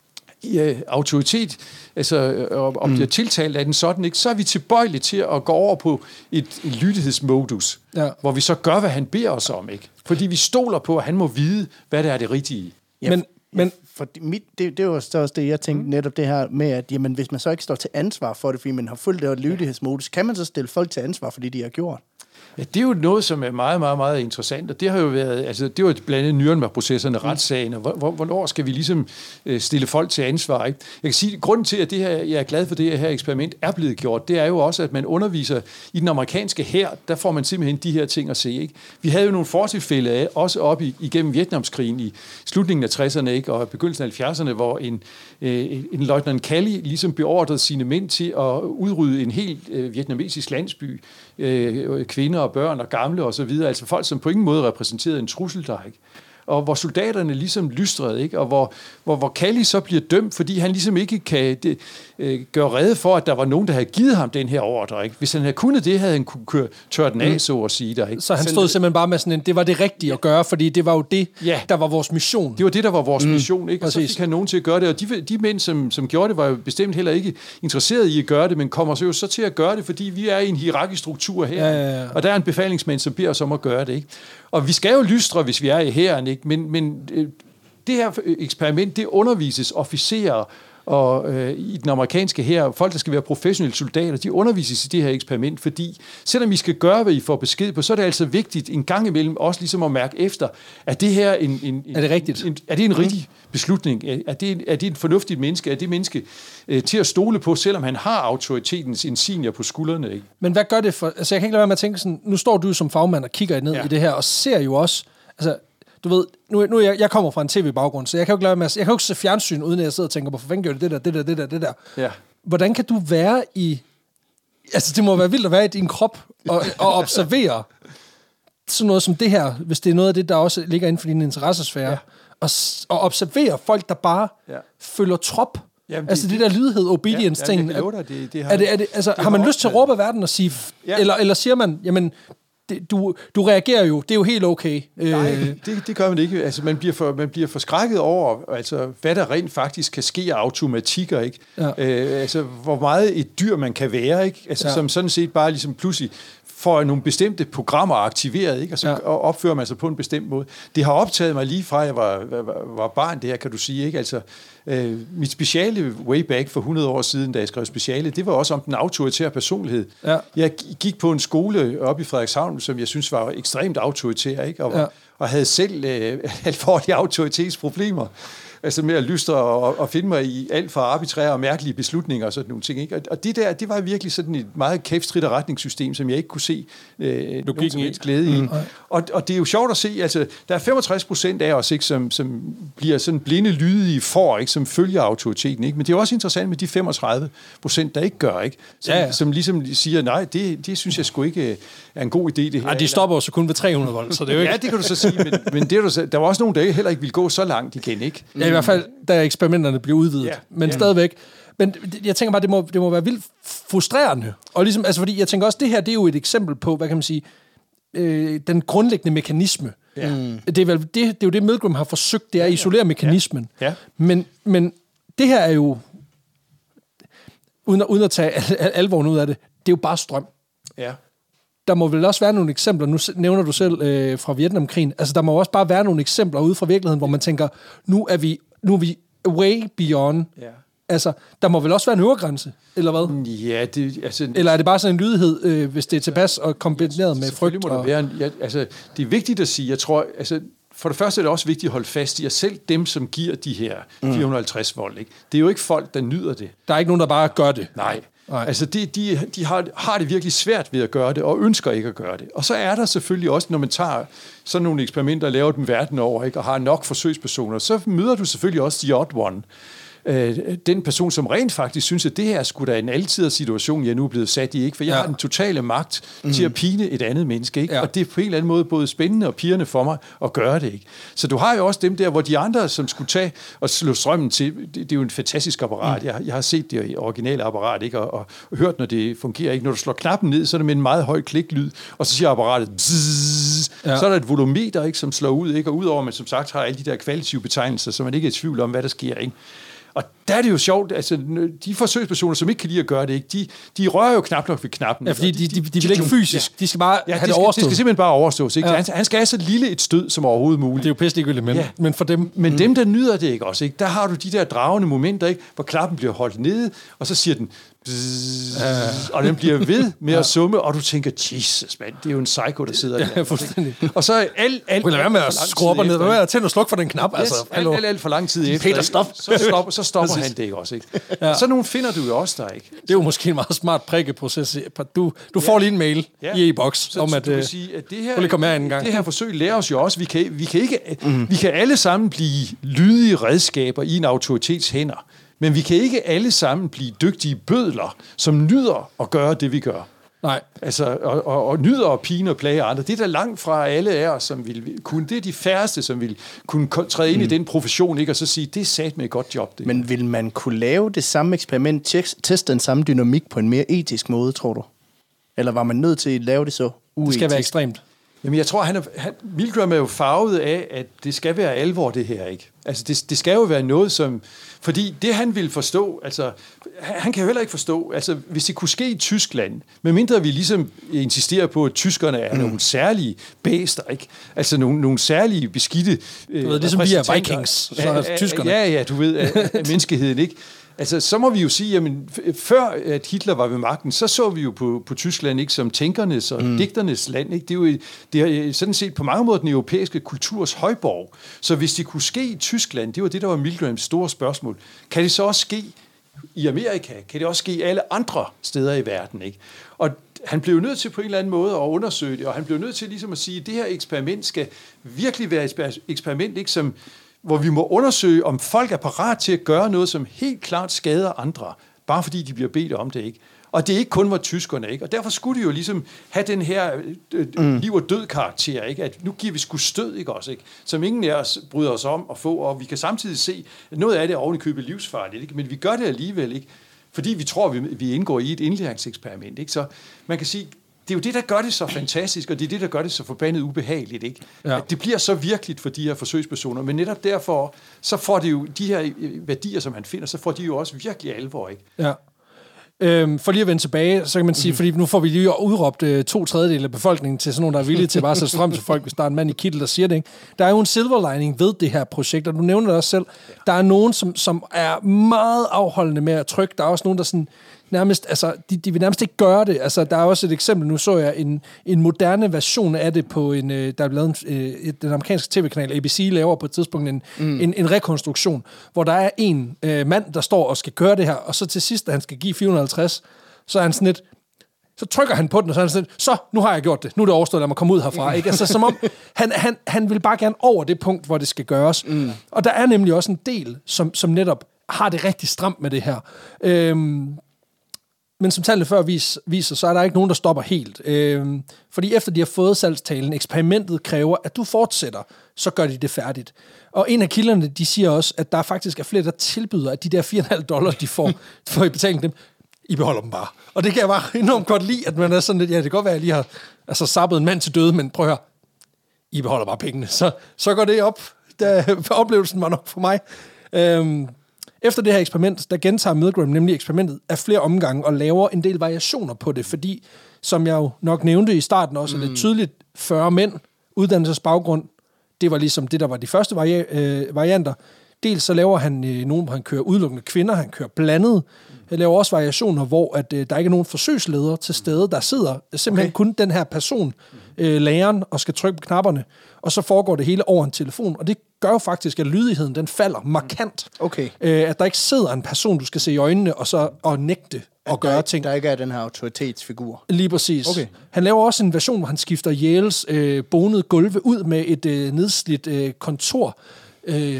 øh, autoritet, altså øh, om mm. det er tiltalt af den sådan, ikke, så er vi tilbøjelige til at gå over på et, et lydighedsmodus, ja. Hvor vi så gør, hvad han beder os om, ikke? Fordi vi stoler på, at han må vide, hvad der er det rigtige. Ja, men, men for mit, det, det var så også det, jeg tænkte mm. netop det her med, at jamen, hvis man så ikke står til ansvar for det, fordi man har fulgt det her lydighedsmodus, kan man så stille folk til ansvar for det, de har gjort? Ja, det er jo noget, som er meget, meget, meget interessant, og det har jo været, altså det var blandt andet Nürnberg-processerne, retssagen, og hvornår skal vi ligesom stille folk til ansvar, ikke? Jeg kan sige, at grunden til, at det her, jeg er glad for det her eksperiment er blevet gjort, det er jo også, at man underviser i den amerikanske hær, der får man simpelthen de her ting at se, ikke? Vi havde jo nogle fortilfælde af, også op i, igennem Vietnamskrigen i slutningen af tresserne, ikke? Og begyndelsen af halvfjerdserne, hvor en, øh, en løjtnant Kelly ligesom beordrede sine mænd til at udrydde en helt øh, vietnamesisk landsby, øh, kvinder og børn og gamle og så videre, altså folk, som på ingen måde repræsenterede en trussel der, ikke? Og hvor soldaterne ligesom lystrede, ikke? Og hvor, hvor, hvor Kelly så bliver dømt, fordi han ligesom ikke kan det, øh, gøre rede for, at der var nogen, der havde givet ham den her ordre, ikke? Hvis han havde kunnet det, havde han kunne køre, tørre den af, mm. så at sige der, ikke? Så han stod simpelthen bare med sådan en, det var det rigtige at gøre, fordi det var jo det, ja. Der var vores mission. Det var det, der var vores mm. mission, ikke? Og Præcis. så fik han nogen til at gøre det, og de, de mænd, som, som gjorde det, var jo bestemt heller ikke interesseret i at gøre det, men kommer så jo så til at gøre det, fordi vi er i en hierarkisk struktur her, ja, ja, ja. Og der er en befalingsmand, som beder os om at gøre det, ikke? Og vi skal jo lystre, hvis vi er i hæren, ikke? Men, men øh, det her eksperiment, det undervises officerer og øh, i den amerikanske hær, folk, der skal være professionelle soldater, de undervises i det her eksperiment, fordi selvom vi skal gøre, hvad I får besked på, så er det altså vigtigt en gang imellem også ligesom at mærke efter, er det her en... en, en er det rigtigt? En, er det en rigtig beslutning? Er det, en, er det en fornuftigt menneske? Er det menneske øh, til at stole på, selvom han har autoritetens insignier på skuldrene? Ikke? Men hvad gør det for... Altså jeg kan ikke lade være med at tænke sådan, nu står du som fagmand og kigger ned ja. I det her, og ser jo også... Altså, du ved, nu, nu jeg, jeg kommer fra en tv-baggrund, så jeg kan jo ikke lade med at, jeg kan jo ikke se fjernsyn, uden at jeg sidder og tænker på, hvorfor gør det det der, det der, det der, det der. Ja. Hvordan kan du være i... Altså, det må være vildt at være i din krop og, og observere sådan noget som det her, hvis det er noget af det, der også ligger inden for din interessesfære, ja. og, og observere folk, der bare ja. Følger trop. Jamen, det, altså det der lydighed, obedience-ting. Ja, ja, det, det, det har, er det, er det, altså, det har man har lyst til at råbe af verden og sige... Ja. Eller, eller siger man, jamen... Det, du, du reagerer jo, det er jo helt okay. Nej, det, det gør man ikke. Altså, man bliver for, man bliver forskrækket over, altså, hvad der rent faktisk kan ske af automatikker, ikke? Ja. Øh, altså, hvor meget et dyr man kan være, ikke? Altså, ja. Som sådan set bare ligesom pludselig får nogle bestemte programmer aktiveret, ikke? Og så ja. Opfører man sig på en bestemt måde. Det har optaget mig lige fra, jeg var, var, var barn, det her, kan du sige, ikke? Altså, øh, mit speciale way back for hundrede år siden, da jeg skrev speciale, det var også om den autoritære personlighed. Ja. Jeg gik på en skole oppe i Frederikshavn, som jeg synes var ekstremt autoritær, ikke? Og, ja. Og havde selv øh, alvorlige autoritetsproblemer. Altså med at lystre og, og finde mig i alt fra arbitrære og mærkelige beslutninger og sådan nogle ting. Ikke? Og det der, det var virkelig sådan et meget kæftstridt retningssystem, som jeg ikke kunne se øh, nogen som helst glæde i. Mm. Og, og det er jo sjovt at se, altså der er femogtres procent af os, ikke, som, som bliver sådan blinde, lydige for, ikke, som følger autoriteten. Ikke? Men det er også interessant med de femogtredive procent, der ikke gør, ikke? Som, ja, ja. Som ligesom siger, nej, det, det synes jeg sgu ikke er en god idé, det her. Ej, de stopper jo så kun ved tre hundrede volt, så det er jo ikke... Ja, det kan du så sige, men, men det er du så, der var også nogen, der heller ikke ville gå så langt igen, ikke? Ja, i hvert fald, da eksperimenterne blev udvidet. Ja, men ja. Stadigvæk. Men jeg tænker bare, det må, det må være vildt frustrerende. Og ligesom, altså fordi jeg tænker også, det her, det er jo et eksempel på, hvad kan man sige, øh, den grundlæggende mekanisme. Ja. Mm. Det, er vel, det, det er jo det, Milgram har forsøgt, det er at isolere mekanismen. Ja. Ja. Men, men det her er jo, uden at, uden at tage al, al, alvoren ud af det, det er jo bare strøm. Ja. Der må vel også være nogle eksempler, nu nævner du selv øh, fra Vietnamkrigen, altså der må også bare være nogle eksempler ude fra virkeligheden, hvor man tænker, nu er vi, nu er vi way beyond. Ja. Altså, der må vel også være en øvre grænse, eller hvad? Ja, det... Altså, eller er det bare sådan en lydighed, øh, hvis det er tilpas og kombineret med frygt? Må og... være en, ja, altså, det er vigtigt at sige, jeg tror, altså, for det første er det også vigtigt at holde fast i, at selv dem, som giver de her fire hundrede og halvtreds volt, ikke? Det er jo ikke folk, der nyder det. Der er ikke nogen, der bare gør det. Nej. Nej. Altså, de, de, de har, har det virkelig svært ved at gøre det, og ønsker ikke at gøre det. Og så er der selvfølgelig også, når man tager sådan nogle eksperimenter og laver dem verden over, ikke, og har nok forsøgspersoner, så møder du selvfølgelig også the odd one. Den person, som rent faktisk synes, at det her skulle da en altid situation, jeg nu er blevet sat i, ikke? For jeg ja. har den totale magt mm. til at pine et andet menneske, ikke? Ja. Og det er på en eller anden måde både spændende og pirrende for mig at gøre det, ikke? Så du har jo også dem der, hvor de andre, som skulle tage og slå strømmen til, det, det er jo en fantastisk apparat. Mm. Jeg, jeg har set det i originale apparat, ikke? Og, og hørt, når det fungerer, ikke? Når du slår knappen ned, så er det med en meget høj kliklyd, og så siger apparatet bzzz, ja. Så er der et volumeter, ikke? Som slår ud, ikke? Og udover, man som sagt har alle de der kvalitative betegnelser, så man ikke er i tvivl om, hvad der sker, ikke? Og der er det jo sjovt, altså de forsøgspersoner, som ikke kan lide at gøre det, ikke, de, de rører jo knap nok ved knappen. Ja, fordi de, de, de, de vil ikke fysisk, ja. De skal bare ja, have de det skal, overstået. Det skal simpelthen bare overstås, ikke? Ja. Han, han skal have så lille et stød som overhovedet muligt. Det er jo pisse ligegyldigt, men, ja. men for dem... Men mm. dem, der nyder det ikke også, ikke? Der har du de der dragende momenter, ikke? Hvor knappen bliver holdt nede, og så siger den... Bzzz, ja. Og den bliver ved med ja. at summe, og du tænker, Jesus, mand, det er jo en psycho, der sidder der. Ja, fuldstændig. Og så alt, alt, alt Vil være med at skrue op og ned, hvad med at tænde og slukke for den knap? Yes, altså, alt, alt, alt for lang tid efter. Peter, stop. Så stopper, så stopper han det ikke også, ikke? Ja. Så nogle finder du jo også der, ikke? Det er jo måske en meget smart prikkeproces. Du, du får ja. lige en mail ja. i e-boks om, at, at, sige, at det her, komme her en gang. Det her forsøg lærer os jo også, vi kan, vi kan, ikke, mm. vi kan alle sammen blive lydige redskaber i en autoritets hænder. Men vi kan ikke alle sammen blive dygtige bødler, som nyder at gøre det, vi gør. Nej. Altså, og, og, og nyder at pine og plage andre. Det er da langt fra alle af os, som vil kunne. Det er de færreste, som vil kunne træde ind mm. i den profession, ikke? Og så sige, det er sat med et godt job. Det. Men vil man kunne lave det samme eksperiment, teste den samme dynamik på en mere etisk måde, tror du? Eller var man nødt til at lave det så uetisk? Det skal være ekstremt. Jamen, jeg tror, han er, han, Milgram er jo farvet af, at det skal være alvor, det her, ikke? Altså, det, det skal jo være noget, som... Fordi det, han vil forstå, altså... Han kan jo heller ikke forstå, altså, hvis det kunne ske i Tyskland, medmindre vi ligesom insisterer på, at tyskerne er mm. nogle særlige bæster, ikke? Altså, nogle, nogle særlige beskidte... Øh, du ved, ligesom vi er Vikings, så er tyskerne. Ja, ja, du ved, af, af menneskeheden, ikke? Altså, så må vi jo sige, jamen, før at Hitler var ved magten, så så vi jo på, på Tyskland ikke som tænkernes og mm. digternes land. Ikke? Det er jo det er sådan set på mange måder den europæiske kulturs højborg. Så hvis det kunne ske i Tyskland, det var det, der var Milgrams store spørgsmål. Kan det så også ske i Amerika? Kan det også ske i alle andre steder i verden? Ikke? Og han blev nødt til på en eller anden måde at undersøge det, og han blev nødt til ligesom at sige, at det her eksperiment skal virkelig være et eksperiment, ikke, som... hvor vi må undersøge, om folk er parat til at gøre noget, som helt klart skader andre, bare fordi de bliver bedt om det, ikke? Og det er ikke kun var tyskerne, ikke? Og derfor skulle de jo ligesom have den her øh, mm. liv- og død-karakter, ikke? At nu giver vi sgu stød, ikke også, ikke? Som ingen af os bryder os om at få, og vi kan samtidig se, at noget af det er oven i købet livsfarligt, ikke? Men vi gør det alligevel, ikke? Fordi vi tror, vi, vi indgår i et indlæringseksperiment, ikke? Så man kan sige, det er jo det, der gør det så fantastisk, og det er det, der gør det så forbandet ubehageligt, ikke? Ja. At det bliver så virkeligt for de her forsøgspersoner, men netop derfor, så får det jo de her værdier, som han finder, så får de jo også virkelig alvor, ikke? Ja. Øhm, for lige at vende tilbage, så kan man sige, mm. fordi nu får vi lige udråbt øh, to tredjedele af befolkningen til sådan nogen, der er villige til bare at sætte strøm til folk, hvis der er en mand i kittel, der siger det, ikke? Der er jo en silver lining ved det her projekt, og du nævner det også selv. Ja. Der er nogen, som, som er meget afholdende med at trykke. Der er også nogen, der sådan nærmest, altså, de, de vil nærmest ikke gøre det. Altså, der er også et eksempel, nu så jeg en, en moderne version af det på en, øh, der er lavet en, øh, den amerikanske tv-kanal A B C laver på et tidspunkt en, mm. en, en rekonstruktion, hvor der er en øh, mand, der står og skal køre det her, og så til sidst, da han skal give fire hundrede og halvtreds, så er han sådan lidt, så trykker han på den, og så er han sådan lidt, så, nu har jeg gjort det, nu er det overstået, lad mig komme ud herfra. Ikke? Altså, som om, han, han, han vil bare gerne over det punkt, hvor det skal gøres. Mm. Og der er nemlig også en del, som, som netop har det rigtig stramt med det her. Øhm, Men som tallene før vis, viser, så er der ikke nogen, der stopper helt. Øhm, fordi efter de har fået salgstalen, eksperimentet kræver, at du fortsætter, så gør de det færdigt. Og en af kilderne, de siger også, at der faktisk er flere, der tilbyder, at de der fire komma fem dollar, de får for i betaling dem, I beholder dem bare. Og det kan jeg bare enormt godt lide, at man er sådan lidt, ja, det kan godt være, at jeg lige har altså, sappet en mand til døde, men prøv at høre, I beholder bare pengene. Så, så går det op. Da, oplevelsen var nok for mig. Øhm, Efter det her eksperiment, der gentager Milgram nemlig eksperimentet af flere omgange og laver en del variationer på det, fordi, som jeg jo nok nævnte i starten også, mm. er det tydeligt fyrre mænd, uddannelsesbaggrund, det var ligesom det, der var de første vari- øh, varianter. Dels så laver han øh, nogen, hvor han kører udelukkende kvinder, han kører blandet. Han laver også variationer, hvor at, øh, der ikke er nogen forsøgsledere til stede, der sidder simpelthen okay. kun den her person, øh, lageren og skal trykke på knapperne, og så foregår det hele over en telefon, og det gør jo faktisk, at lydigheden den falder markant. Okay. Øh, at der ikke sidder en person, du skal se i øjnene, og så og nægte at, at gøre der, ting. Der ikke er den her autoritetsfigur. Lige præcis. Okay. Han laver også en version, hvor han skifter Yales øh, bonede gulve ud med et øh, nedslidt øh, kontor. Øh,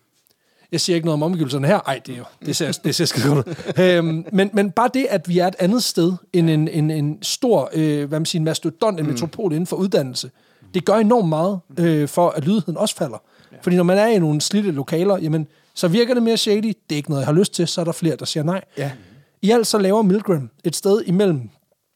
jeg siger ikke noget om omgivelserne her. Ej, det er jo, det ser, det ser skide godt ud. øhm, men, men bare det, at vi er et andet sted end en, en, en stor, øh, hvad man siger, en mastodont, en mm. metropol inden for uddannelse, det gør enormt meget øh, for, at lydigheden også falder. Ja. Fordi når man er i nogle slidte lokaler, jamen, så virker det mere shady. Det er ikke noget, jeg har lyst til. Så er der flere, der siger nej. Ja. I alt så laver Milgram et sted imellem.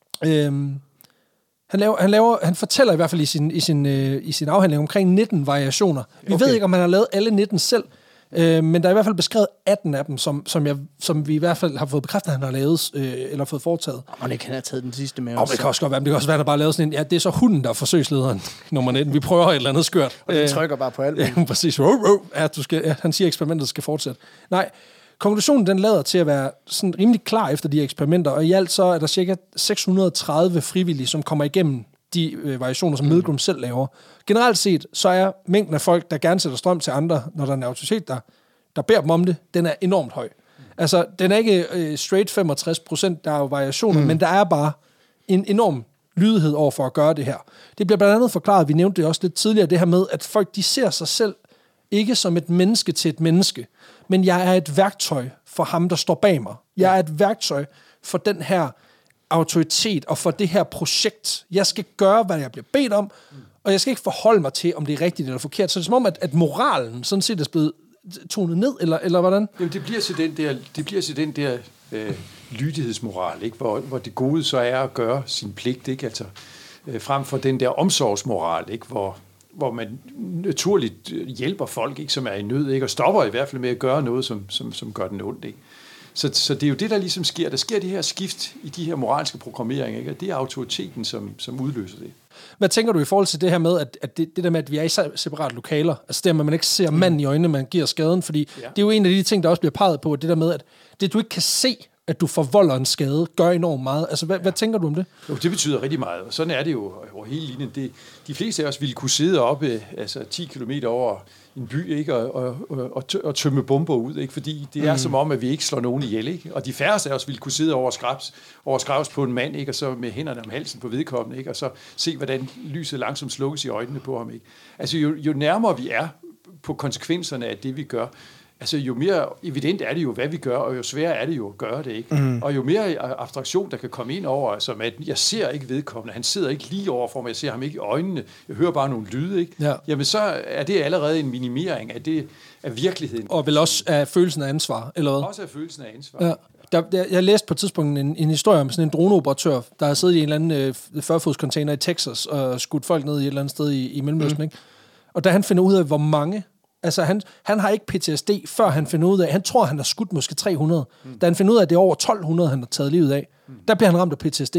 Øhm, han, laver, han, laver, han fortæller i hvert fald i sin, i sin, øh, i sin afhandling omkring nitten variationer. Vi okay. ved ikke, om han har lavet alle nitten selv, øh, men der er i hvert fald beskrevet atten af dem, som, som, jeg, som vi i hvert fald har fået bekræftet, at han har lavet, øh, eller fået foretaget. Og det kan have taget den sidste med os. Og det kan også godt være, men det kan også være, at der bare lavet sådan en, ja, det er så hunden, der er forsøgslederen, nummer nitten. Vi prøver et eller andet skørt. Og den trykker bare på alt. Ja, præcis. Ja, du skal, ja, han siger, at eksperimentet skal fortsætte. Nej, konklusionen den lader til at være sådan rimelig klar efter de eksperimenter, og i alt så er der cirka seks hundrede og tredive frivillige, som kommer igennem de øh, variationer, som Milgram mm. selv laver. Generelt set, så er mængden af folk, der gerne sætter strøm til andre, når der er en autoritet, der, der beder dem om det, den er enormt høj. Mm. Altså, den er ikke øh, straight femogtres procent, der er jo variationer, mm. men der er bare en enorm lydighed over for at gøre det her. Det bliver blandt andet forklaret, vi nævnte det også lidt tidligere, det her med, at folk de ser sig selv ikke som et menneske til et menneske, men jeg er et værktøj for ham, der står bag mig. Jeg er et værktøj for den her autoritet og for det her projekt. Jeg skal gøre, hvad jeg bliver bedt om, og jeg skal ikke forholde mig til, om det er rigtigt eller forkert. Så det er som om, at, at moralen sådan set er blevet tonet ned, eller, eller hvordan? Jamen, det bliver til den der, det bliver til den der øh, lydighedsmoral, ikke? Hvor, hvor det gode så er at gøre sin pligt, ikke? Altså, øh, frem for den der omsorgsmoral, ikke? Hvor hvor man naturligt hjælper folk, ikke, som er i nød, ikke, og stopper i hvert fald med at gøre noget, som, som, som gør den ondt. Ikke. Så, så det er jo det, der ligesom sker. Der sker det her skift i de her moralske programmeringer, ikke, og det er autoriteten, som, som udløser det. Hvad tænker du i forhold til det her med, at, at det, det der med, at vi er i separate lokaler, altså det, at man ikke ser manden i øjnene, man giver skaden, fordi ja. Det er jo en af de ting, der også bliver peget på, det der med, at det du ikke kan se, at du forvolder en skade, gør enormt meget. Altså, hvad, ja. hvad tænker du om det? Jo, det betyder rigtig meget, og sådan er det jo over hele linjen. Det, de fleste af os ville kunne sidde oppe altså ti kilometer over en by, ikke, og, og, og, og tømme bomber ud, ikke, fordi det er mm. som om, at vi ikke slår nogen ihjel, ikke, og de færreste af os ville kunne sidde over skrævs, over skrævs på en mand, ikke, og så med hænderne om halsen på vedkommende, ikke, og så se, hvordan lyset langsomt slukkes i øjnene på ham, ikke. Altså, jo, jo nærmere vi er på konsekvenserne af det, vi gør, altså jo mere evident er det jo, hvad vi gør, og jo sværere er det jo at gøre det, ikke? Mm. Og jo mere abstraktion, der kan komme ind over, som at jeg ser ikke vedkommende, han sidder ikke lige over for mig, jeg ser ham ikke i øjnene, jeg hører bare nogle lyde, ikke? Ja. Jamen så er det allerede en minimering af, det, af virkeligheden. Og vel også af følelsen af ansvar, eller hvad? Også af følelsen af ansvar. Ja. Der, der, jeg læste på et tidspunkt en, en historie om sådan en droneoperatør, der har siddet i en eller anden øh, fyrre-fods-container i Texas og skudt folk ned i et eller andet sted i, i Mellemøsten, mm. ikke? Og da han finder ud af, hvor mange. Altså, han, han har ikke P T S D, før han finder ud af, han tror, han har skudt måske tre hundrede. Mm. Da han finder ud af, at det er over tolv hundrede, han har taget livet af, mm. der bliver han ramt af P T S D.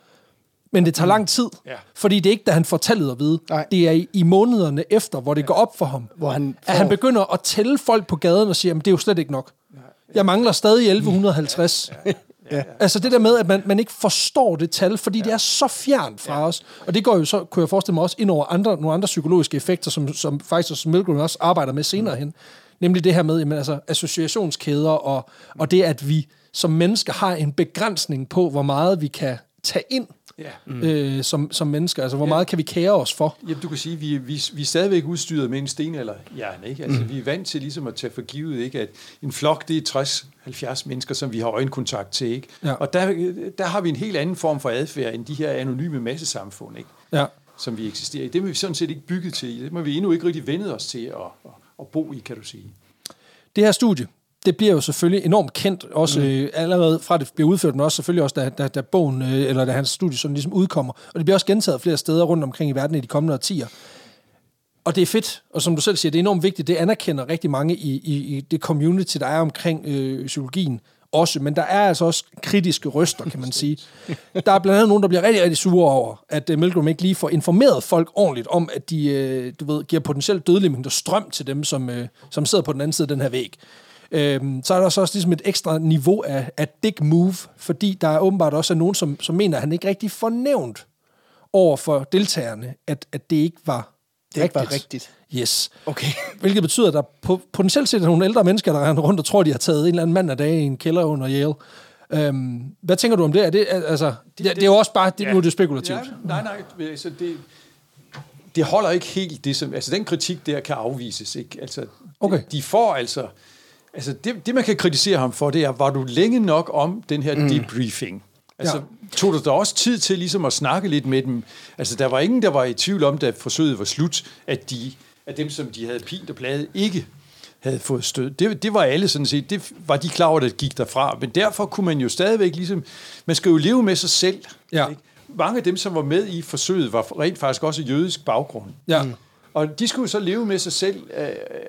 Men det tager lang tid, mm. yeah. fordi det er ikke, da han får tallet at vide. Nej. Det er i, i månederne efter, hvor det ja. går op for ham, hvor han får... at han begynder at tælle folk på gaden og siger, at det er jo slet ikke nok. Ja. Ja. Jeg mangler stadig elleve halvtreds. Ja. Ja. Ja, ja. Altså det der med, at man, man ikke forstår det tal, fordi ja. det er så fjernt fra ja. os. Og det går jo så, kunne jeg forestille mig, også ind over andre, nogle andre psykologiske effekter, som, som faktisk som Milgram også arbejder med senere mm. hen. Nemlig det her med jamen, altså, associationskæder, og, og det, at vi som mennesker har en begrænsning på, hvor meget vi kan tage ind ja. mm. øh, som, som mennesker. Altså, hvor ja. meget kan vi kære os for? Jamen, du kan sige, vi, vi, vi er stadigvæk udstyret med en sten eller hjerne, ikke? Altså, mm. vi er vant til ligesom at tage for givet, ikke? At en flok, det er tres halvfjerds mennesker, som vi har øjenkontakt til, ikke? Ja. Og der, der har vi en helt anden form for adfærd, end de her anonyme massesamfund, ikke? Ja. Som vi eksisterer i. Det må vi sådan set ikke bygget til. Det må vi endnu ikke rigtig vende os til at, at, at bo i, kan du sige. Det her studie, det bliver jo selvfølgelig enormt kendt, også mm. øh, allerede fra det bliver udført, men også selvfølgelig også, da, da, da bogen, øh, eller da hans studie sådan ligesom udkommer. Og det bliver også gentaget flere steder rundt omkring i verden i de kommende årtier. Og det er fedt, og som du selv siger, det er enormt vigtigt, det anerkender rigtig mange i, i, i det community, der er omkring øh, psykologien også, men der er altså også kritiske røster, kan man sige. Der er blandt andet nogen, der bliver rigtig, rigtig sure over, at uh, Milgram ikke lige får informeret folk ordentligt om, at de uh, du ved, giver potentielt dødelig mængder strøm til dem, som, uh, som sidder på den anden side af den her væg. Øhm, så er der så også ligesom et ekstra niveau af, af dick move, fordi der er åbenbart også nogen, som, som mener, at han ikke rigtig får nævnt over for deltagerne, at, at det ikke var det rigtigt. Ikke var rigtigt. Yes. Okay. Hvilket betyder, at der på, potentielt set er nogle ældre mennesker, der render rundt og tror, de har taget en eller anden mand af dag i en kælder under Yale. Øhm, hvad tænker du om det? Er det, altså, det, det, det er jo også bare, det, ja, nu er det spekulativt. Ja, nej, nej, altså det, det holder ikke helt det, som, altså den kritik der kan afvises, ikke? Altså, okay. de, de får altså, altså det, det man kan kritisere ham for, det er, var du længe nok om den her mm. debriefing? Altså, ja. Tog du da også tid til ligesom at snakke lidt med dem? Altså, der var ingen, der var i tvivl om, da forsøget var slut, at, de, at dem, som de havde pint og plaget, ikke havde fået stød. Det, det var alle sådan set, det var de klar over, der gik derfra. Men derfor kunne man jo stadigvæk ligesom, man skal jo leve med sig selv. Ja. Ikke? Mange af dem, som var med i forsøget, var rent faktisk også jødisk baggrund. Ja. Mm. Og de skulle så leve med sig selv, øh,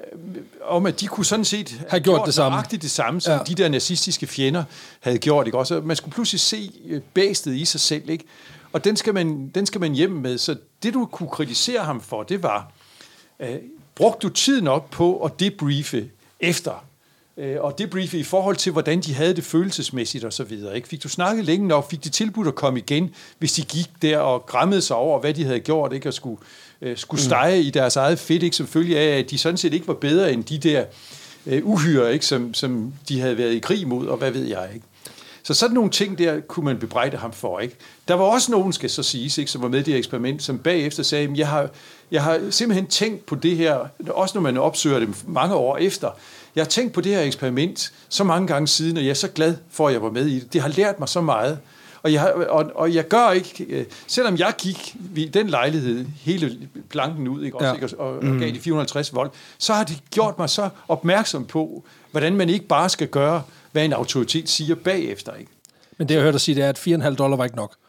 om at de kunne sådan set have gjort, gjort det samme, det samme som ja. de der nazistiske fjender havde gjort. Ikke? Også, man skulle pludselig se bæstet i sig selv, ikke? Og den skal, man, den skal man hjem med. Så det, du kunne kritisere ham for, det var, øh, brugte du tid nok på at debriefe efter, øh, og debriefe i forhold til, hvordan de havde det følelsesmæssigt og så videre. Ikke? Fik du snakket længe nok, fik de tilbudt at komme igen, hvis de gik der og græmmede sig over, hvad de havde gjort, ikke? Og skulle skulle stege mm. i deres eget fedt, ikke, som følge af, at de sådan set ikke var bedre end de der uh, uhyre, ikke, som, som de havde været i krig mod, og hvad ved jeg, ikke. Så sådan nogle ting der kunne man bebrejde ham for, ikke. Der var også nogen, skal så siges, ikke, som var med i det eksperiment, som bagefter sagde, jeg har, jeg har simpelthen tænkt på det her, også når man opsøger det mange år efter, jeg har tænkt på det her eksperiment så mange gange siden, og jeg er så glad for, at jeg var med i det. Det har lært mig så meget. Og jeg, og, og jeg gør ikke, selvom jeg gik i den lejlighed hele planken ud, ikke, også, ja. ikke, og, og gav de fire hundrede og halvtreds volt, så har det gjort mig så opmærksom på, hvordan man ikke bare skal gøre, hvad en autoritet siger bagefter. Ikke? Men det, jeg hørte dig sige, det er, at fire komma fem dollar var ikke nok.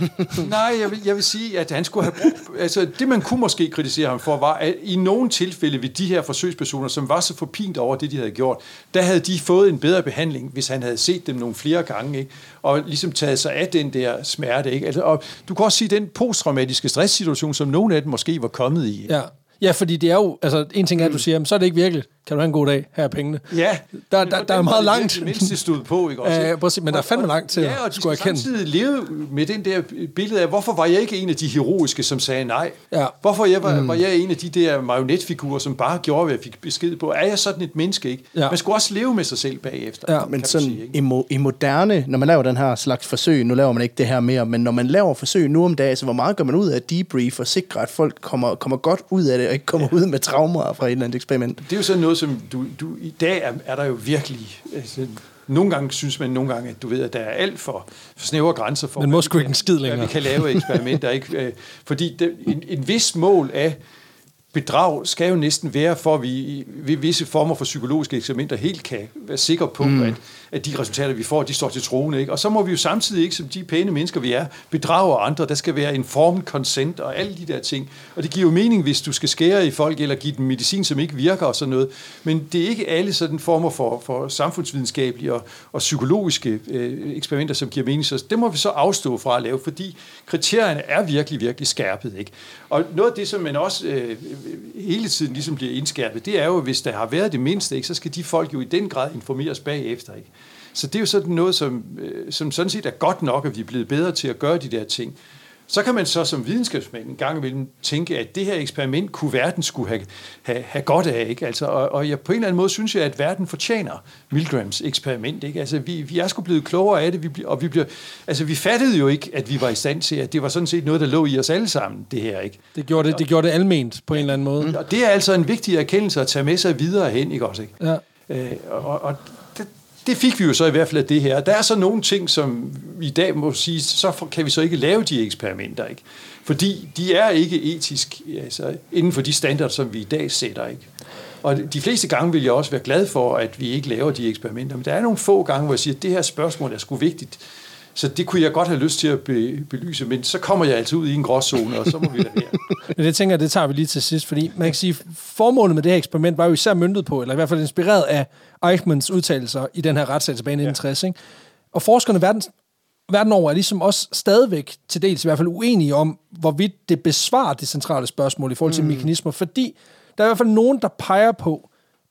Nej, jeg vil, jeg vil sige, at han skulle have brugt... Altså, det, man kunne måske kritisere ham for, var, at i nogle tilfælde ved de her forsøgspersoner, som var så forpint over det, de havde gjort, der havde de fået en bedre behandling, hvis han havde set dem nogle flere gange, ikke? Og ligesom taget sig af den der smerte. Ikke? Altså, og du kan også sige, den posttraumatiske stresssituation, som nogle af dem måske var kommet i. Ja. Ja, fordi det er jo, altså en ting er, at du siger, så er det ikke virkelig. Kan du have en god dag? Her er pengene. Ja. Der, der, der er meget langt. Det mindste stod på, ikke også? Æh, præcis, men der er fandme langt til ja, at skulle erkende. Ja, og samtidig leve med den der billede af, hvorfor var jeg ikke en af de heroiske, som sagde nej? Ja. Hvorfor jeg var, mm. var jeg en af de der marionetfigurer, som bare gjorde, hvad jeg fik besked på? Er jeg sådan et menneske, ikke? Ja. Man skulle også leve med sig selv bagefter. Ja, men sådan sige, i, mo- i moderne, når man laver den her slags forsøg, nu laver man ikke det her mere, men når man laver forsøg nu om dagen, så hvor meget gør man ud af debrief og sikre, at folk kommer, kommer godt ud af det, og ikke kommer ja. ud med traumer fra et eller andet eksperiment? Det er jo sådan noget, som du, du i dag er, er der jo virkelig... Altså, nogle gange synes man nogle gange, at du ved, at der er alt for, for snævre grænser for, men må sgu ikke en skid længere. At vi kan lave eksperimenter. Ikke? Fordi det, en, en vis mål af bedrag skal jo næsten være, for at vi ved visse former for psykologiske eksperimenter helt kan være sikre på, mm. at, at de resultater, vi får, de står til troende. Ikke? Og så må vi jo samtidig, ikke, som de pæne mennesker, vi er, bedrage andre. Der skal være informed consent og alle de der ting. Og det giver jo mening, hvis du skal skære i folk, eller give dem medicin, som ikke virker og sådan noget. Men det er ikke alle sådan former for, for samfundsvidenskabelige og, og psykologiske øh, eksperimenter, som giver mening. Så det må vi så afstå fra at lave, fordi kriterierne er virkelig, virkelig skærpet. Ikke? Og noget af det, som man også... Øh, hele tiden ligesom bliver indskærpet, det er jo, hvis der har været det mindste, ikke, så skal de folk jo i den grad informeres bagefter. Ikke? Så det er jo sådan noget, som, som sådan set er godt nok, at vi er blevet bedre til at gøre de der ting. Så kan man så som videnskabsmand en gang imellem tænke, at det her eksperiment kunne verden skulle have, have, have godt af. Ikke? Altså, og, og jeg, på en eller anden måde synes jeg, at verden fortjener Milgrams eksperiment. Ikke? Altså, vi, vi er sgu blevet klogere af det, vi, og vi, bliver, altså, vi fattede jo ikke, at vi var i stand til, at det var sådan set noget, der lå i os alle sammen, det her. Ikke? Det gjorde det, det, gjorde det alment på en eller anden måde. Og det er altså en vigtig erkendelse at tage med sig videre hen, ikke også? Ikke? Ja. Øh, og, og det, det fik vi jo så i hvert fald af det her. Der er så nogle ting, som i dag må sige, så kan vi så ikke lave de eksperimenter, ikke? Fordi de er ikke etisk, altså inden for de standarder, som vi i dag sætter, ikke? Og de fleste gange vil jeg også være glad for, at vi ikke laver de eksperimenter. Men der er nogle få gange, hvor jeg siger, at det her spørgsmål er sgu vigtigt. Så det kunne jeg godt have lyst til at be- belyse, men så kommer jeg altså ud i en gråzone, og så må vi lade være. Men det tænker jeg, det tager vi lige til sidst, fordi man kan sige, formålet med det her eksperiment var jo især møntet på, eller i hvert fald inspireret af Eichmanns udtalelser i den her retssag tilbage i nitten tres. Ikke? Og forskerne verden, verden over er ligesom også stadigvæk til dels i hvert fald uenige om, hvorvidt det besvarer det centrale spørgsmål i forhold til mm. mekanismer, fordi der er i hvert fald nogen, der peger på,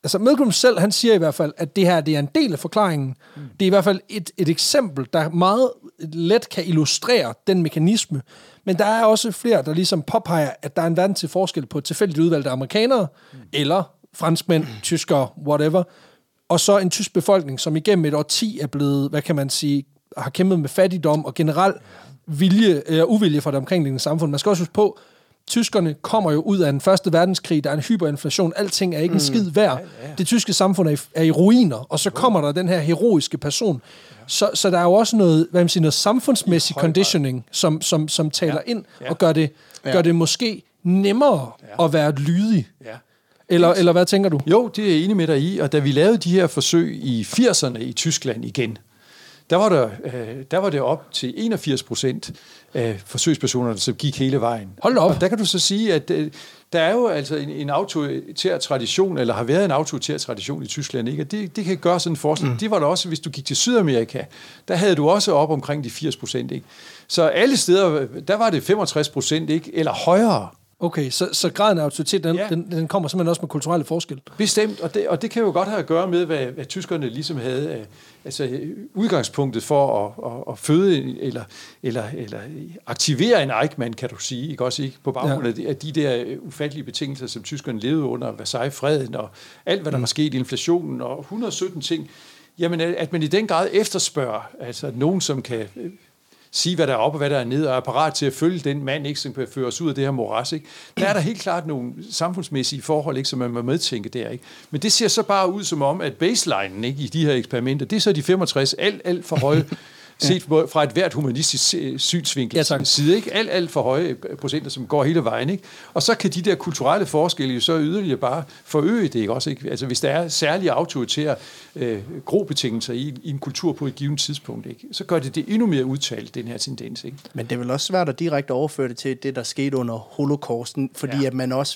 altså Milgram selv, han siger i hvert fald, at det her det er en del af forklaringen. Mm. Det er i hvert fald et, et eksempel, der meget let kan illustrere den mekanisme. Men der er også flere, der ligesom påpeger, at der er en verden til forskel på tilfældigt udvalgte amerikanere, mm. eller franskmænd, mm. tyskere, whatever, og så en tysk befolkning, som igennem et årti er blevet, hvad kan man sige, har kæmpet med fattigdom og generelt vilje, eller uvilje fra det omkringliggende samfund. Man skal også huske på, tyskerne kommer jo ud af den første verdenskrig, der er en hyperinflation, alting er ikke en skid værd. Ja, ja. Det tyske samfund er i, er i ruiner, og så kommer der den her heroiske person. Ja. Så, så der er jo også noget, hvad man siger, noget samfundsmæssig conditioning, som, som, som taler ja. ind og gør det, ja. gør det måske nemmere ja. at være lydig. Ja. Eller, eller hvad tænker du? Jo, det er jeg enig med dig i, og da vi lavede de her forsøg i firserne i Tyskland igen, der var, der, øh, der var det op til enogfirs procent af forsøgspersonerne, som gik hele vejen. Hold op. Og der kan du så sige, at øh, der er jo altså en, en autoritær tradition, eller har været en autoritær tradition i Tyskland, ikke? Og det, det kan gøre sådan en forskel. Mm. Det var der også, hvis du gik til Sydamerika, der havde du også op omkring de firs procent, ikke? Så alle steder, der var det femogtres procent, ikke? Eller højere. Okay, så, så graden af autoritet, den, ja. den, den kommer simpelthen også med kulturelle forskel. Bestemt, og det, og det kan jo godt have at gøre med, hvad, hvad tyskerne ligesom havde, øh, altså udgangspunktet for at, at, at føde eller, eller, eller aktivere en Eichmann, kan du sige, ikke også ikke, på baggrund ja. af, de, af de der ufattelige betingelser, som tyskerne levede under, Versailles-freden og alt, hvad der mm. var sket, inflationen og et hundrede og sytten ting, jamen at man i den grad efterspørger, altså nogen, som kan sige, hvad der er op og hvad der er ned, og er parat til at følge den mand, ikke, som kan føre os ud af det her moras. Ikke? Der er der helt klart nogle samfundsmæssige forhold, ikke, som man må medtænke der. Ikke? Men det ser så bare ud som om, at baselinen, ikke, i de her eksperimenter, det er så de femogtres, alt, alt for høje, set fra et hvert humanistisk synsvinkel ja, side, ikke? Alt, alt for høje procenter, som går hele vejen, ikke? Og så kan de der kulturelle forskelle jo så yderligere bare forøge det, ikke også, ikke? Altså hvis der er særlige autoritære øh, grobetingelser i, i en kultur på et givet tidspunkt, ikke? Så gør det det endnu mere udtalt, den her tendens, ikke? Men det er vel også svært at direkte overføre det til det, der skete under holocausten, fordi ja. at man også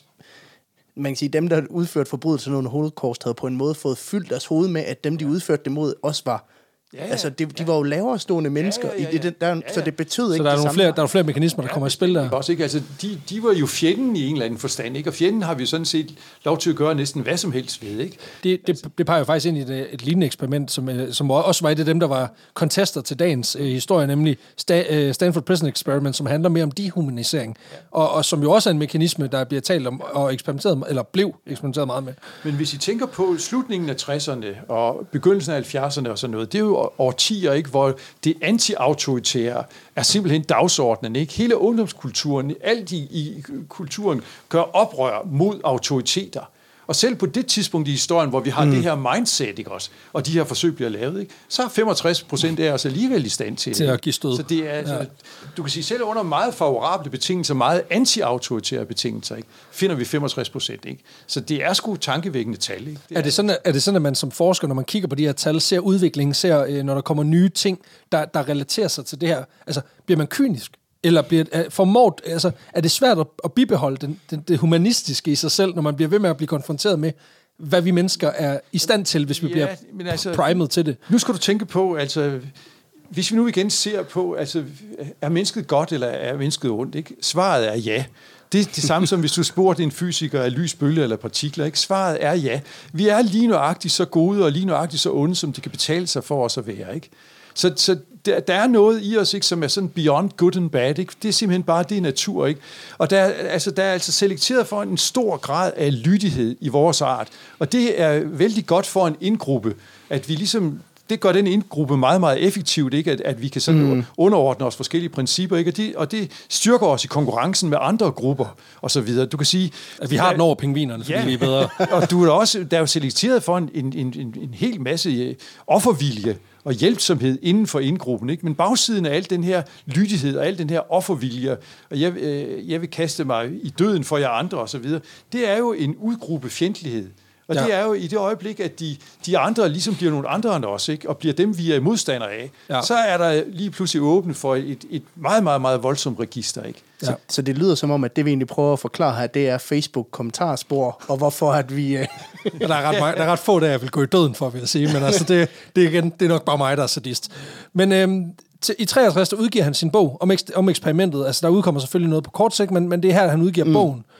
man kan sige, dem, der udførte forbrydelser under holocaust, havde på en måde fået fyldt deres hoved med, at dem, de udførte det mod, også var Ja, ja, altså, de, de ja. var jo lavere stående mennesker, ja, ja, ja, ja. I det, der, ja, ja. så det betød så ikke der er det nogle samme. Flere, der er flere mekanismer, der ja, kommer i spil der. Også, ikke? Altså, de, de var jo fjenden i en eller anden forstand, ikke? Og fjenden har vi sådan set lov til at gøre næsten hvad som helst ved. Ikke? Det, det, altså. det peger jo faktisk ind i et, et lignende eksperiment, som, som også var et af dem, der var contester til dagens øh, historie, nemlig Sta, uh, Stanford Prison Experiment, som handler mere om dehumanisering, ja. og, og som jo også er en mekanisme, der bliver talt om og eksperimenteret, eller blev eksperimenteret meget med. Men hvis I tænker på slutningen af tresserne og begyndelsen af halvfjerdserne og sådan noget, det er jo årtier, ikke, hvor det anti-autoritære er simpelthen dagsordenen, ikke? Hele ungdomskulturen, alt i, i kulturen gør oprør mod autoriteter. Og selv på det tidspunkt i historien, hvor vi har mm. det her mindset, ikke også, og de her forsøg bliver lavet, ikke, så er femogtres procent af os alligevel i stand til, til at give stød. Så det er, altså, ja. du kan sige, selv under meget favorable betingelser, meget anti-autoritære betingelser, ikke, finder vi femogtres procent, ikke. Så det er sgu tankevækkende tal, ikke. Det er, er, det sådan, er det sådan, at man som forsker, når man kigger på de her tal, ser udviklingen, ser, når der kommer nye ting, der, der relaterer sig til det her, altså, bliver man kynisk? Eller bliver, formået, altså, er det svært at, at bibeholde den, den, det humanistiske i sig selv, når man bliver ved med at blive konfronteret med, hvad vi mennesker er i stand til, hvis vi ja, bliver men altså, primet til det? Nu skal du tænke på, altså, hvis vi nu igen ser på, altså, er mennesket godt, eller er mennesket ondt? Ikke? Svaret er ja. Det er det samme som hvis du spurgte en fysiker af lys, bølge eller partikler. Ikke? Svaret er ja. Vi er lige nøjagtigt så gode og lige nøjagtigt så onde, som det kan betale sig for os at være. Ikke? Så, så der, der er noget i os, ikke, som er sådan beyond good and bad. Ikke? Det er simpelthen bare, det er natur. Ikke? Og der, altså, der er altså selekteret for en stor grad af lydighed i vores art. Og det er vældig godt for en indgruppe, at vi ligesom... Det gør den indgruppe meget, meget effektivt, ikke? At, at vi kan sådan mm. underordne os forskellige principper, ikke? Og, det, og det styrker os i konkurrencen med andre grupper, og så videre. Du kan sige... At vi har den over pingvinerne, fordi ja, vi er bedre. Og du er også, der er jo selekteret for en, en, en, en hel masse offervilje og hjælpsomhed inden for indgruppen, ikke? Men bagsiden af al den her lydighed og al den her offervilje, og jeg, øh, jeg vil kaste mig i døden for jer andre, og så videre, det er jo en udgruppe fjendtlighed. Og ja. det er jo i det øjeblik, at de, de andre ligesom bliver nogle andre end os, ikke? Og bliver dem, vi er modstandere af, ja. så er der lige pludselig åbent for et, et meget, meget, meget voldsomt register. Ikke? Ja. Så, så det lyder som om, at det vi egentlig prøver at forklare her, det er Facebook-kommentarspor, og hvorfor at vi... Øh... der, er ret meget, der er ret få, der jeg vil gå i døden for, vil jeg sige, men altså, det, det, er igen, det er nok bare mig, der er sadist. Men øhm, til, i treogtres, der udgiver han sin bog om, eks, om eksperimentet. Altså, der udkommer selvfølgelig noget på kort sigt, men, men det er her, han udgiver mm. bogen.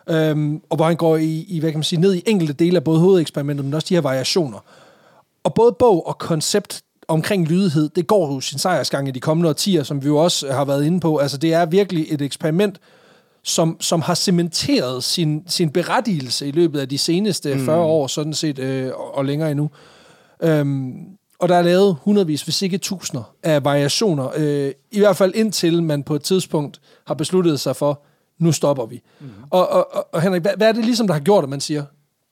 Øhm, og hvor han går i, i, hvad kan man sige, ned i enkelte dele af både hovedeksperimentet, men også de her variationer. Og både bog og koncept omkring lydighed, det går jo sin sejrsgang i de kommende årtier, som vi jo også har været inde på. Altså, det er virkelig et eksperiment, som, som har cementeret sin, sin berettigelse i løbet af de seneste mm. fyrre år, sådan set, øh, og, og længere endnu. Øhm, og der er lavet hundredvis, hvis ikke tusinder, af variationer. Øh, I hvert fald indtil man på et tidspunkt har besluttet sig for, nu stopper vi. Mm. Og, og, og Henrik, hvad, hvad er det ligesom, der har gjort, at man siger,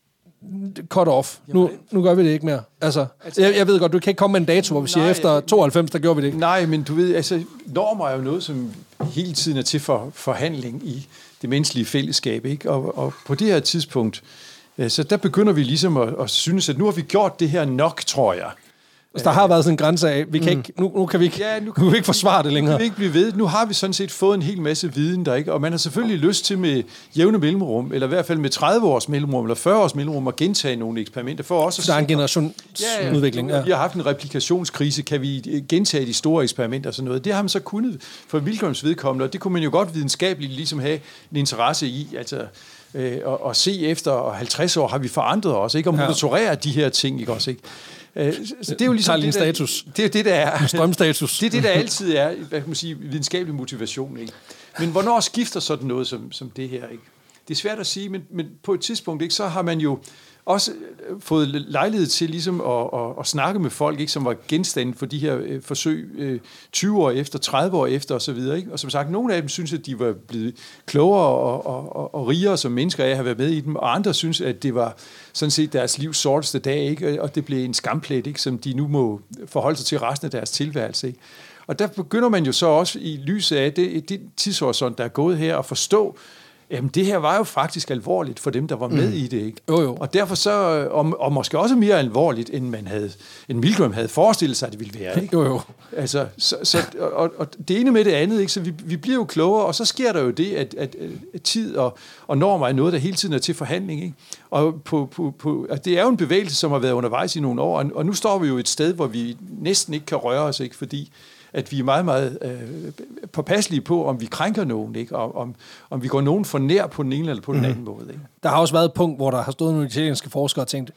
cut off. Nu, nu gør vi det ikke mere. Altså, jeg, jeg ved godt, du kan ikke komme med en dato, hvor vi siger, nej, efter tooghalvfems, der gjorde vi det ikke. Nej, men du ved, altså, normer er jo noget, som hele tiden er til for forhandling i det menneskelige fællesskab, ikke? Og, og på det her tidspunkt, så der begynder vi ligesom at, at synes, at nu har vi gjort det her nok, tror jeg. Altså, der har været sådan en grænse af, vi kan mm. ikke, nu, nu kan vi ikke, ja, nu kan, nu kan vi ikke forsvare det længere. Nu kan vi ikke blive ved. Nu har vi sådan set fået en hel masse viden der, ikke? Og man har selvfølgelig lyst til med jævne mellemrum, eller i hvert fald med tredive års mellemrum, eller fyrre års mellemrum, at gentage nogle eksperimenter. For også så der er en generationsudvikling. Ja, ja. Vi har haft en replikationskrise. Kan vi gentage de store eksperimenter og sådan noget? Det har man så kunnet for Milgrams vedkommende, og det kunne man jo godt videnskabeligt ligesom have en interesse i, altså øh, og, og se efter halvtreds år har vi forandret os, ikke? Og monitorere de her ting, ikke også, ikke? Så det er jo ligesom det, status. Der, det er det, der er. Strømstatus. Det er det, der altid er, hvad kan man sige, videnskabelig motivation, ikke? Men hvornår skifter sådan noget som, som det her, ikke? Det er svært at sige, men, men på et tidspunkt, ikke, så har man jo også fået lejlighed til ligesom at, at, at snakke med folk, ikke, som var genstand for de her øh, forsøg øh, tyve år efter, tredive år efter osv. Og som sagt, nogle af dem synes, at de var blevet klogere og, og, og, og rigere som mennesker af at have været med i dem, og andre synes, at det var sådan set deres livs sorteste dag, ikke? Og det blev en skamplet, ikke, som de nu må forholde sig til resten af deres tilværelse. Ikke? Og der begynder man jo så også i lyset af det, det tidshorisont, der er gået her, at forstå, jamen det her var jo faktisk alvorligt for dem, der var med mm. i det, ikke? Jo, jo. Og derfor så, og, og måske også mere alvorligt, end man havde, end Milgram havde forestillet sig, at det ville være, ikke? Jo, jo. Altså, så, så, og, og det ene med det andet, ikke? Så vi, vi bliver jo klogere, og så sker der jo det, at, at, at tid og, og normer er noget, der hele tiden er til forhandling, ikke? Og på, på, på, at det er jo en bevægelse, som har været undervejs i nogle år, og, og nu står vi jo et sted, hvor vi næsten ikke kan røre os, ikke? Fordi at vi er meget, meget øh, påpasselige på, om vi krænker nogen, ikke? Og om, om vi går nogen for nær på den ene eller på den anden mm. måde, ikke? Der har også været et punkt, hvor der har stået nogle italienske forskere og tænkt,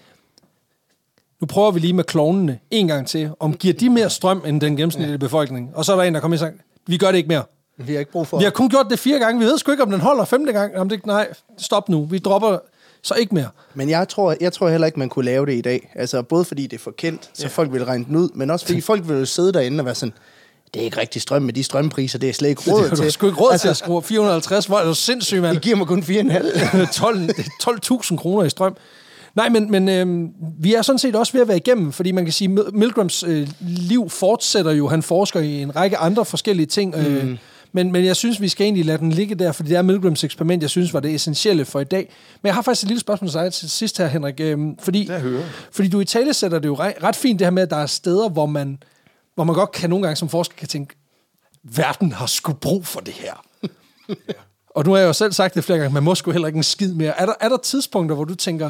nu prøver vi lige med klovnene en gang til, om giver de mere strøm end den gennemsnitlige befolkning? Og så er der en, der kommer og sagt, vi gør det ikke mere. Vi har ikke brug for. Vi har kun gjort det fire gange, vi ved sgu ikke, om den holder femte gang. Jamen, det, nej, stop nu, vi dropper så ikke mere. Men jeg tror, jeg tror heller ikke, man kunne lave det i dag. Altså både fordi det er for kendt, så ja. folk vil regne den ud, men også fordi folk vil sidde derinde og være sådan, det er ikke rigtig strøm med de strømpriser, det er slet ikke råd til. Du har sgu ikke råd altså, til at skrue fire hundrede og halvtreds volt, det er sindssygt, mand. Det giver mig kun fire komma fem. tolv tusind kroner i strøm. Nej, men, men øh, vi er sådan set også ved at være igennem, fordi man kan sige, Milgrams øh, liv fortsætter jo, han forsker i en række andre forskellige ting, øh, mm. men, men jeg synes, vi skal egentlig lade den ligge der, fordi det er Milgrams eksperiment, jeg synes var det essentielle for i dag. Men jeg har faktisk et lille spørgsmål til dig til sidst her, Henrik, øh, fordi, fordi du i tale sætter det jo ret, ret fint, det her med, at der er steder, hvor man hvor man godt kan nogle gange som forsker kan tænke, verden har sgu brug for det her. Ja. Og nu har jeg jo selv sagt det flere gange, man må sgu heller ikke en skid mere. Er der, er der tidspunkter, hvor du tænker,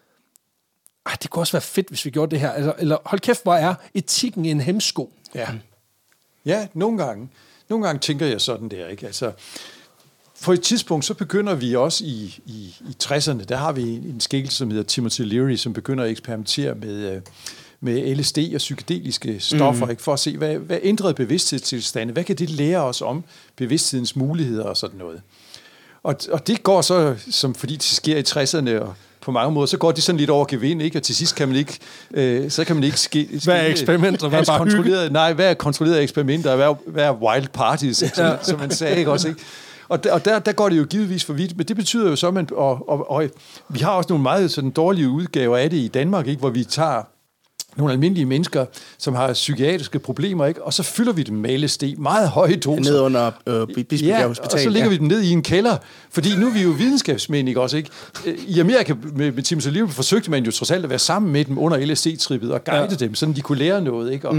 ej, det kunne også være fedt, hvis vi gjorde det her? Eller, eller hold kæft, hvor er etikken en hemsko? Ja, ja nogle gange. Nogle gange tænker jeg sådan der, ikke? Altså, på et tidspunkt, så begynder vi også i, i, i tresserne, der har vi en skikkelse, som hedder Timothy Leary, som begynder at eksperimentere med med L S D og psykedeliske stoffer, mm. ikke, for at se, hvad, hvad ændrede bevidsthedstilstande, hvad kan det lære os om bevidsthedens muligheder og sådan noget. Og, og det går så, som fordi det sker i tresserne, og på mange måder, så går det sådan lidt over gevind, ikke? Og til sidst kan man ikke, øh, så kan man ikke ske... Hvad er eksperimenter? Hvad er bare kontrolleret, nej, hvad er kontrollerede eksperimenter? Hvad er, hvad er wild parties, ikke? Som, som man sagde, ikke også, ikke? Og der, og der, der går det jo givetvis for vidt, men det betyder jo så, at man, og, og, og vi har også nogle meget sådan dårlige udgaver af det i Danmark, ikke? Hvor vi tager nogle almindelige mennesker, som har psykiatriske problemer, ikke? Og så fylder vi dem med L S D, meget høje doser. Ned under øh, Bispebjerg Hospital. Og så lægger ja. vi dem ned i en kælder, fordi nu er vi jo videnskabsmænd, ikke også, ikke? I Amerika med, med Timothy Leary forsøgte man jo trods alt at være sammen med dem under L S D-trippet og guide ja. dem, sådan de kunne lære noget, ikke? Og, mm.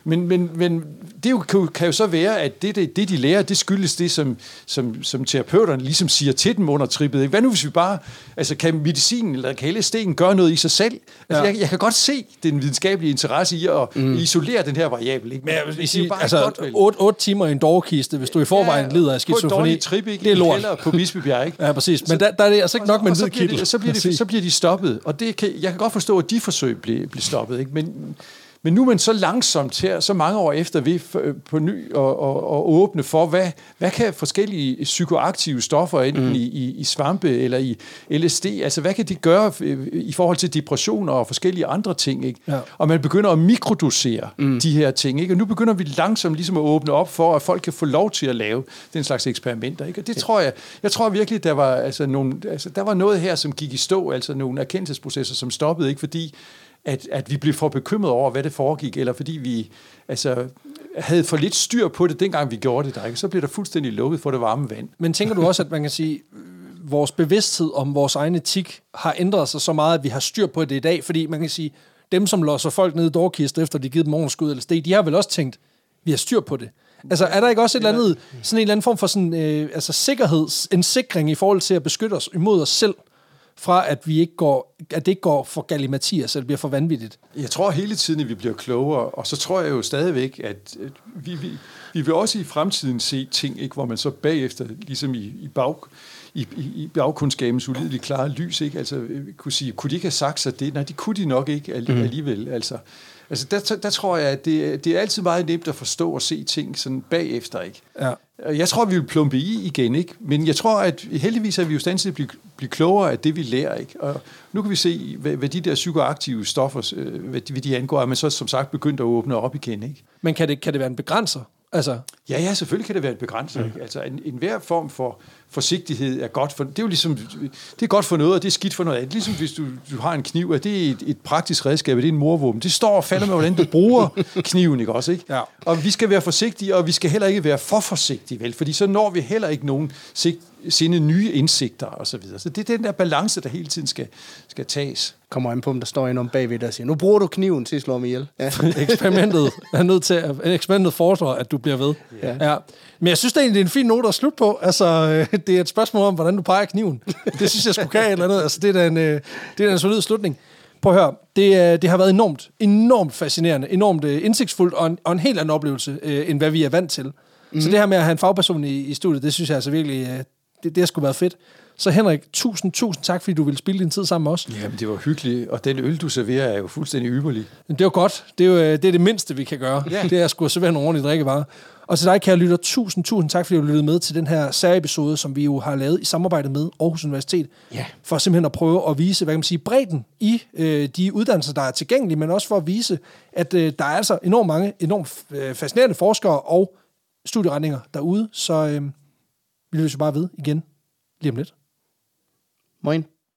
Men, men, men det jo, kan, kan jo så være, at det, det, det de lærer, det skyldes det, som, som, som terapeuterne ligesom siger til dem under trippet. Ikke? Hvad nu, hvis vi bare... Altså, kan medicinen eller kan L S D'en gøre noget i sig selv? Altså, ja. jeg, jeg kan godt se den videnskabelige interesse i at mm. isolere den her variabel. Ikke? Men jeg vil det sige, er bare altså, otte timer i en dårkiste, hvis du i forvejen ja, lider af skizofreni, på et dårligt trip, ikke? det er lort. Eller på Bispebjerg, ikke? Ja, præcis. Men så, der, der er det altså ikke nok med en hvid kittel. Så bliver, de, så bliver de stoppet, og det kan, jeg kan godt forstå, at de forsøg bliver, bliver stoppet, ikke? Men... Men nu er man så langsomt her, så mange år efter, ved på ny og, og, og åbne for, hvad, hvad kan forskellige psykoaktive stoffer, enten mm. i, i, i svampe eller i L S D, altså hvad kan de gøre i forhold til depressioner og forskellige andre ting, ikke? Ja. Og man begynder at mikrodosere mm. de her ting, ikke? Og nu begynder vi langsomt ligesom at åbne op for, at folk kan få lov til at lave den slags eksperimenter, ikke? Og det ja. tror jeg, jeg tror virkelig, der var, altså, nogle, altså, der var noget her, som gik i stå, altså nogle erkendelsesprocesser, som stoppede, ikke? Fordi At, at vi blev for bekymret over, hvad det foregik, eller fordi vi altså, havde for lidt styr på det, dengang vi gjorde det, der, ikke? Så blev der fuldstændig lukket for det varme vand. Men tænker du også, at man kan sige, vores bevidsthed om vores egen etik har ændret sig så meget, at vi har styr på det i dag? Fordi man kan sige, dem, som låser folk ned i dårkiste, efter de givet dem morgenskud eller sted, de har vel også tænkt, vi har styr på det. Altså, er der ikke også et eller andet, sådan en eller anden form for sådan, øh, altså sikkerheds, en sikring i forhold til at beskytte os imod os selv, fra at vi ikke går, at det ikke går for galimatias, så det bliver for vanvittigt? Jeg tror hele tiden, at vi bliver klogere, og så tror jeg jo stadigvæk, at vi, vi, vi vil også i fremtiden se ting, ikke, hvor man så bagefter, ligesom i, i bag, i, i bagkundskabens ulidelige klare lys, ikke, altså kunne sige, kunne de ikke have sagt sig det? Nej, det kunne de nok ikke alligevel, mm. altså. Altså, der, der tror jeg, at det, det er altid meget nemt at forstå og se ting sådan bagefter, ikke? Ja. Jeg tror, vi vil plumpe i igen, ikke? Men jeg tror, at heldigvis er vi jo stand til at blive, blive klogere af det, vi lærer, ikke? Og nu kan vi se, hvad, hvad de der psykoaktive stoffer, hvad de, hvad de angår, at man så som sagt begyndt at åbne op igen, ikke? Men kan det, kan det være en begrænser? Altså... Ja, ja, selvfølgelig kan det være en begrænser, mm. ikke? Altså, en, en hver form for forsigtighed er godt for... Det er jo ligesom... Det er godt for noget, og det er skidt for noget andet. Ligesom hvis du, du har en kniv, og det er et, et praktisk redskab, det er en morvåben. Det står og falder med, hvordan du bruger kniven, ikke også, ikke? Ja. Og vi skal være forsigtige, og vi skal heller ikke være for forsigtige, vel? Fordi så når vi heller ikke nogen sigt, sine nye indsigter, og så videre. Så det er den der balance, der hele tiden skal, skal tages. Kommer an på, om der står en om bagved, der siger, nu bruger du kniven til at slå mig ihjel. Ja. Eksperimentet er nødt til at... Eksperimentet foreslår, at du bliver ved. Ja. Ja. Men jeg synes, det er egentlig en fin note at slutte på. Altså, det er et spørgsmål om, hvordan du peger kniven. Det synes jeg skulle kan et eller andet. Altså, det er da en, det er da en solid slutning. Prøv at høre. Det, det har været enormt, enormt fascinerende, enormt indsigtsfuldt, og en, og en helt anden oplevelse, end hvad vi er vant til. Mm-hmm. Så det her med at have en fagperson i, i studiet, det synes jeg altså virkelig... Det, det har sgu været fedt. Så Henrik, tusind, tusind tak, fordi du ville spille din tid sammen med os. Jamen, det var hyggeligt, og den øl, du serverer, er jo fuldstændig ypperlig. Det er jo godt. Det er jo det, er det mindste, vi kan gøre. Ja. Det er at skulle servere nogle ordentlige drikkevarer. Og til dig, kære lytter, tusind, tusind tak, fordi du lyttede med til den her særiepisode, som vi jo har lavet i samarbejde med Aarhus Universitet. Ja. For simpelthen at prøve at vise, hvad kan man sige, bredden i øh, de uddannelser, der er tilgængelige, men også for at vise, at øh, der er altså enormt mange, enormt øh, fascinerende forskere og studieretninger derude. Så øh, vi løser bare ved igen lige om lidt. Moin.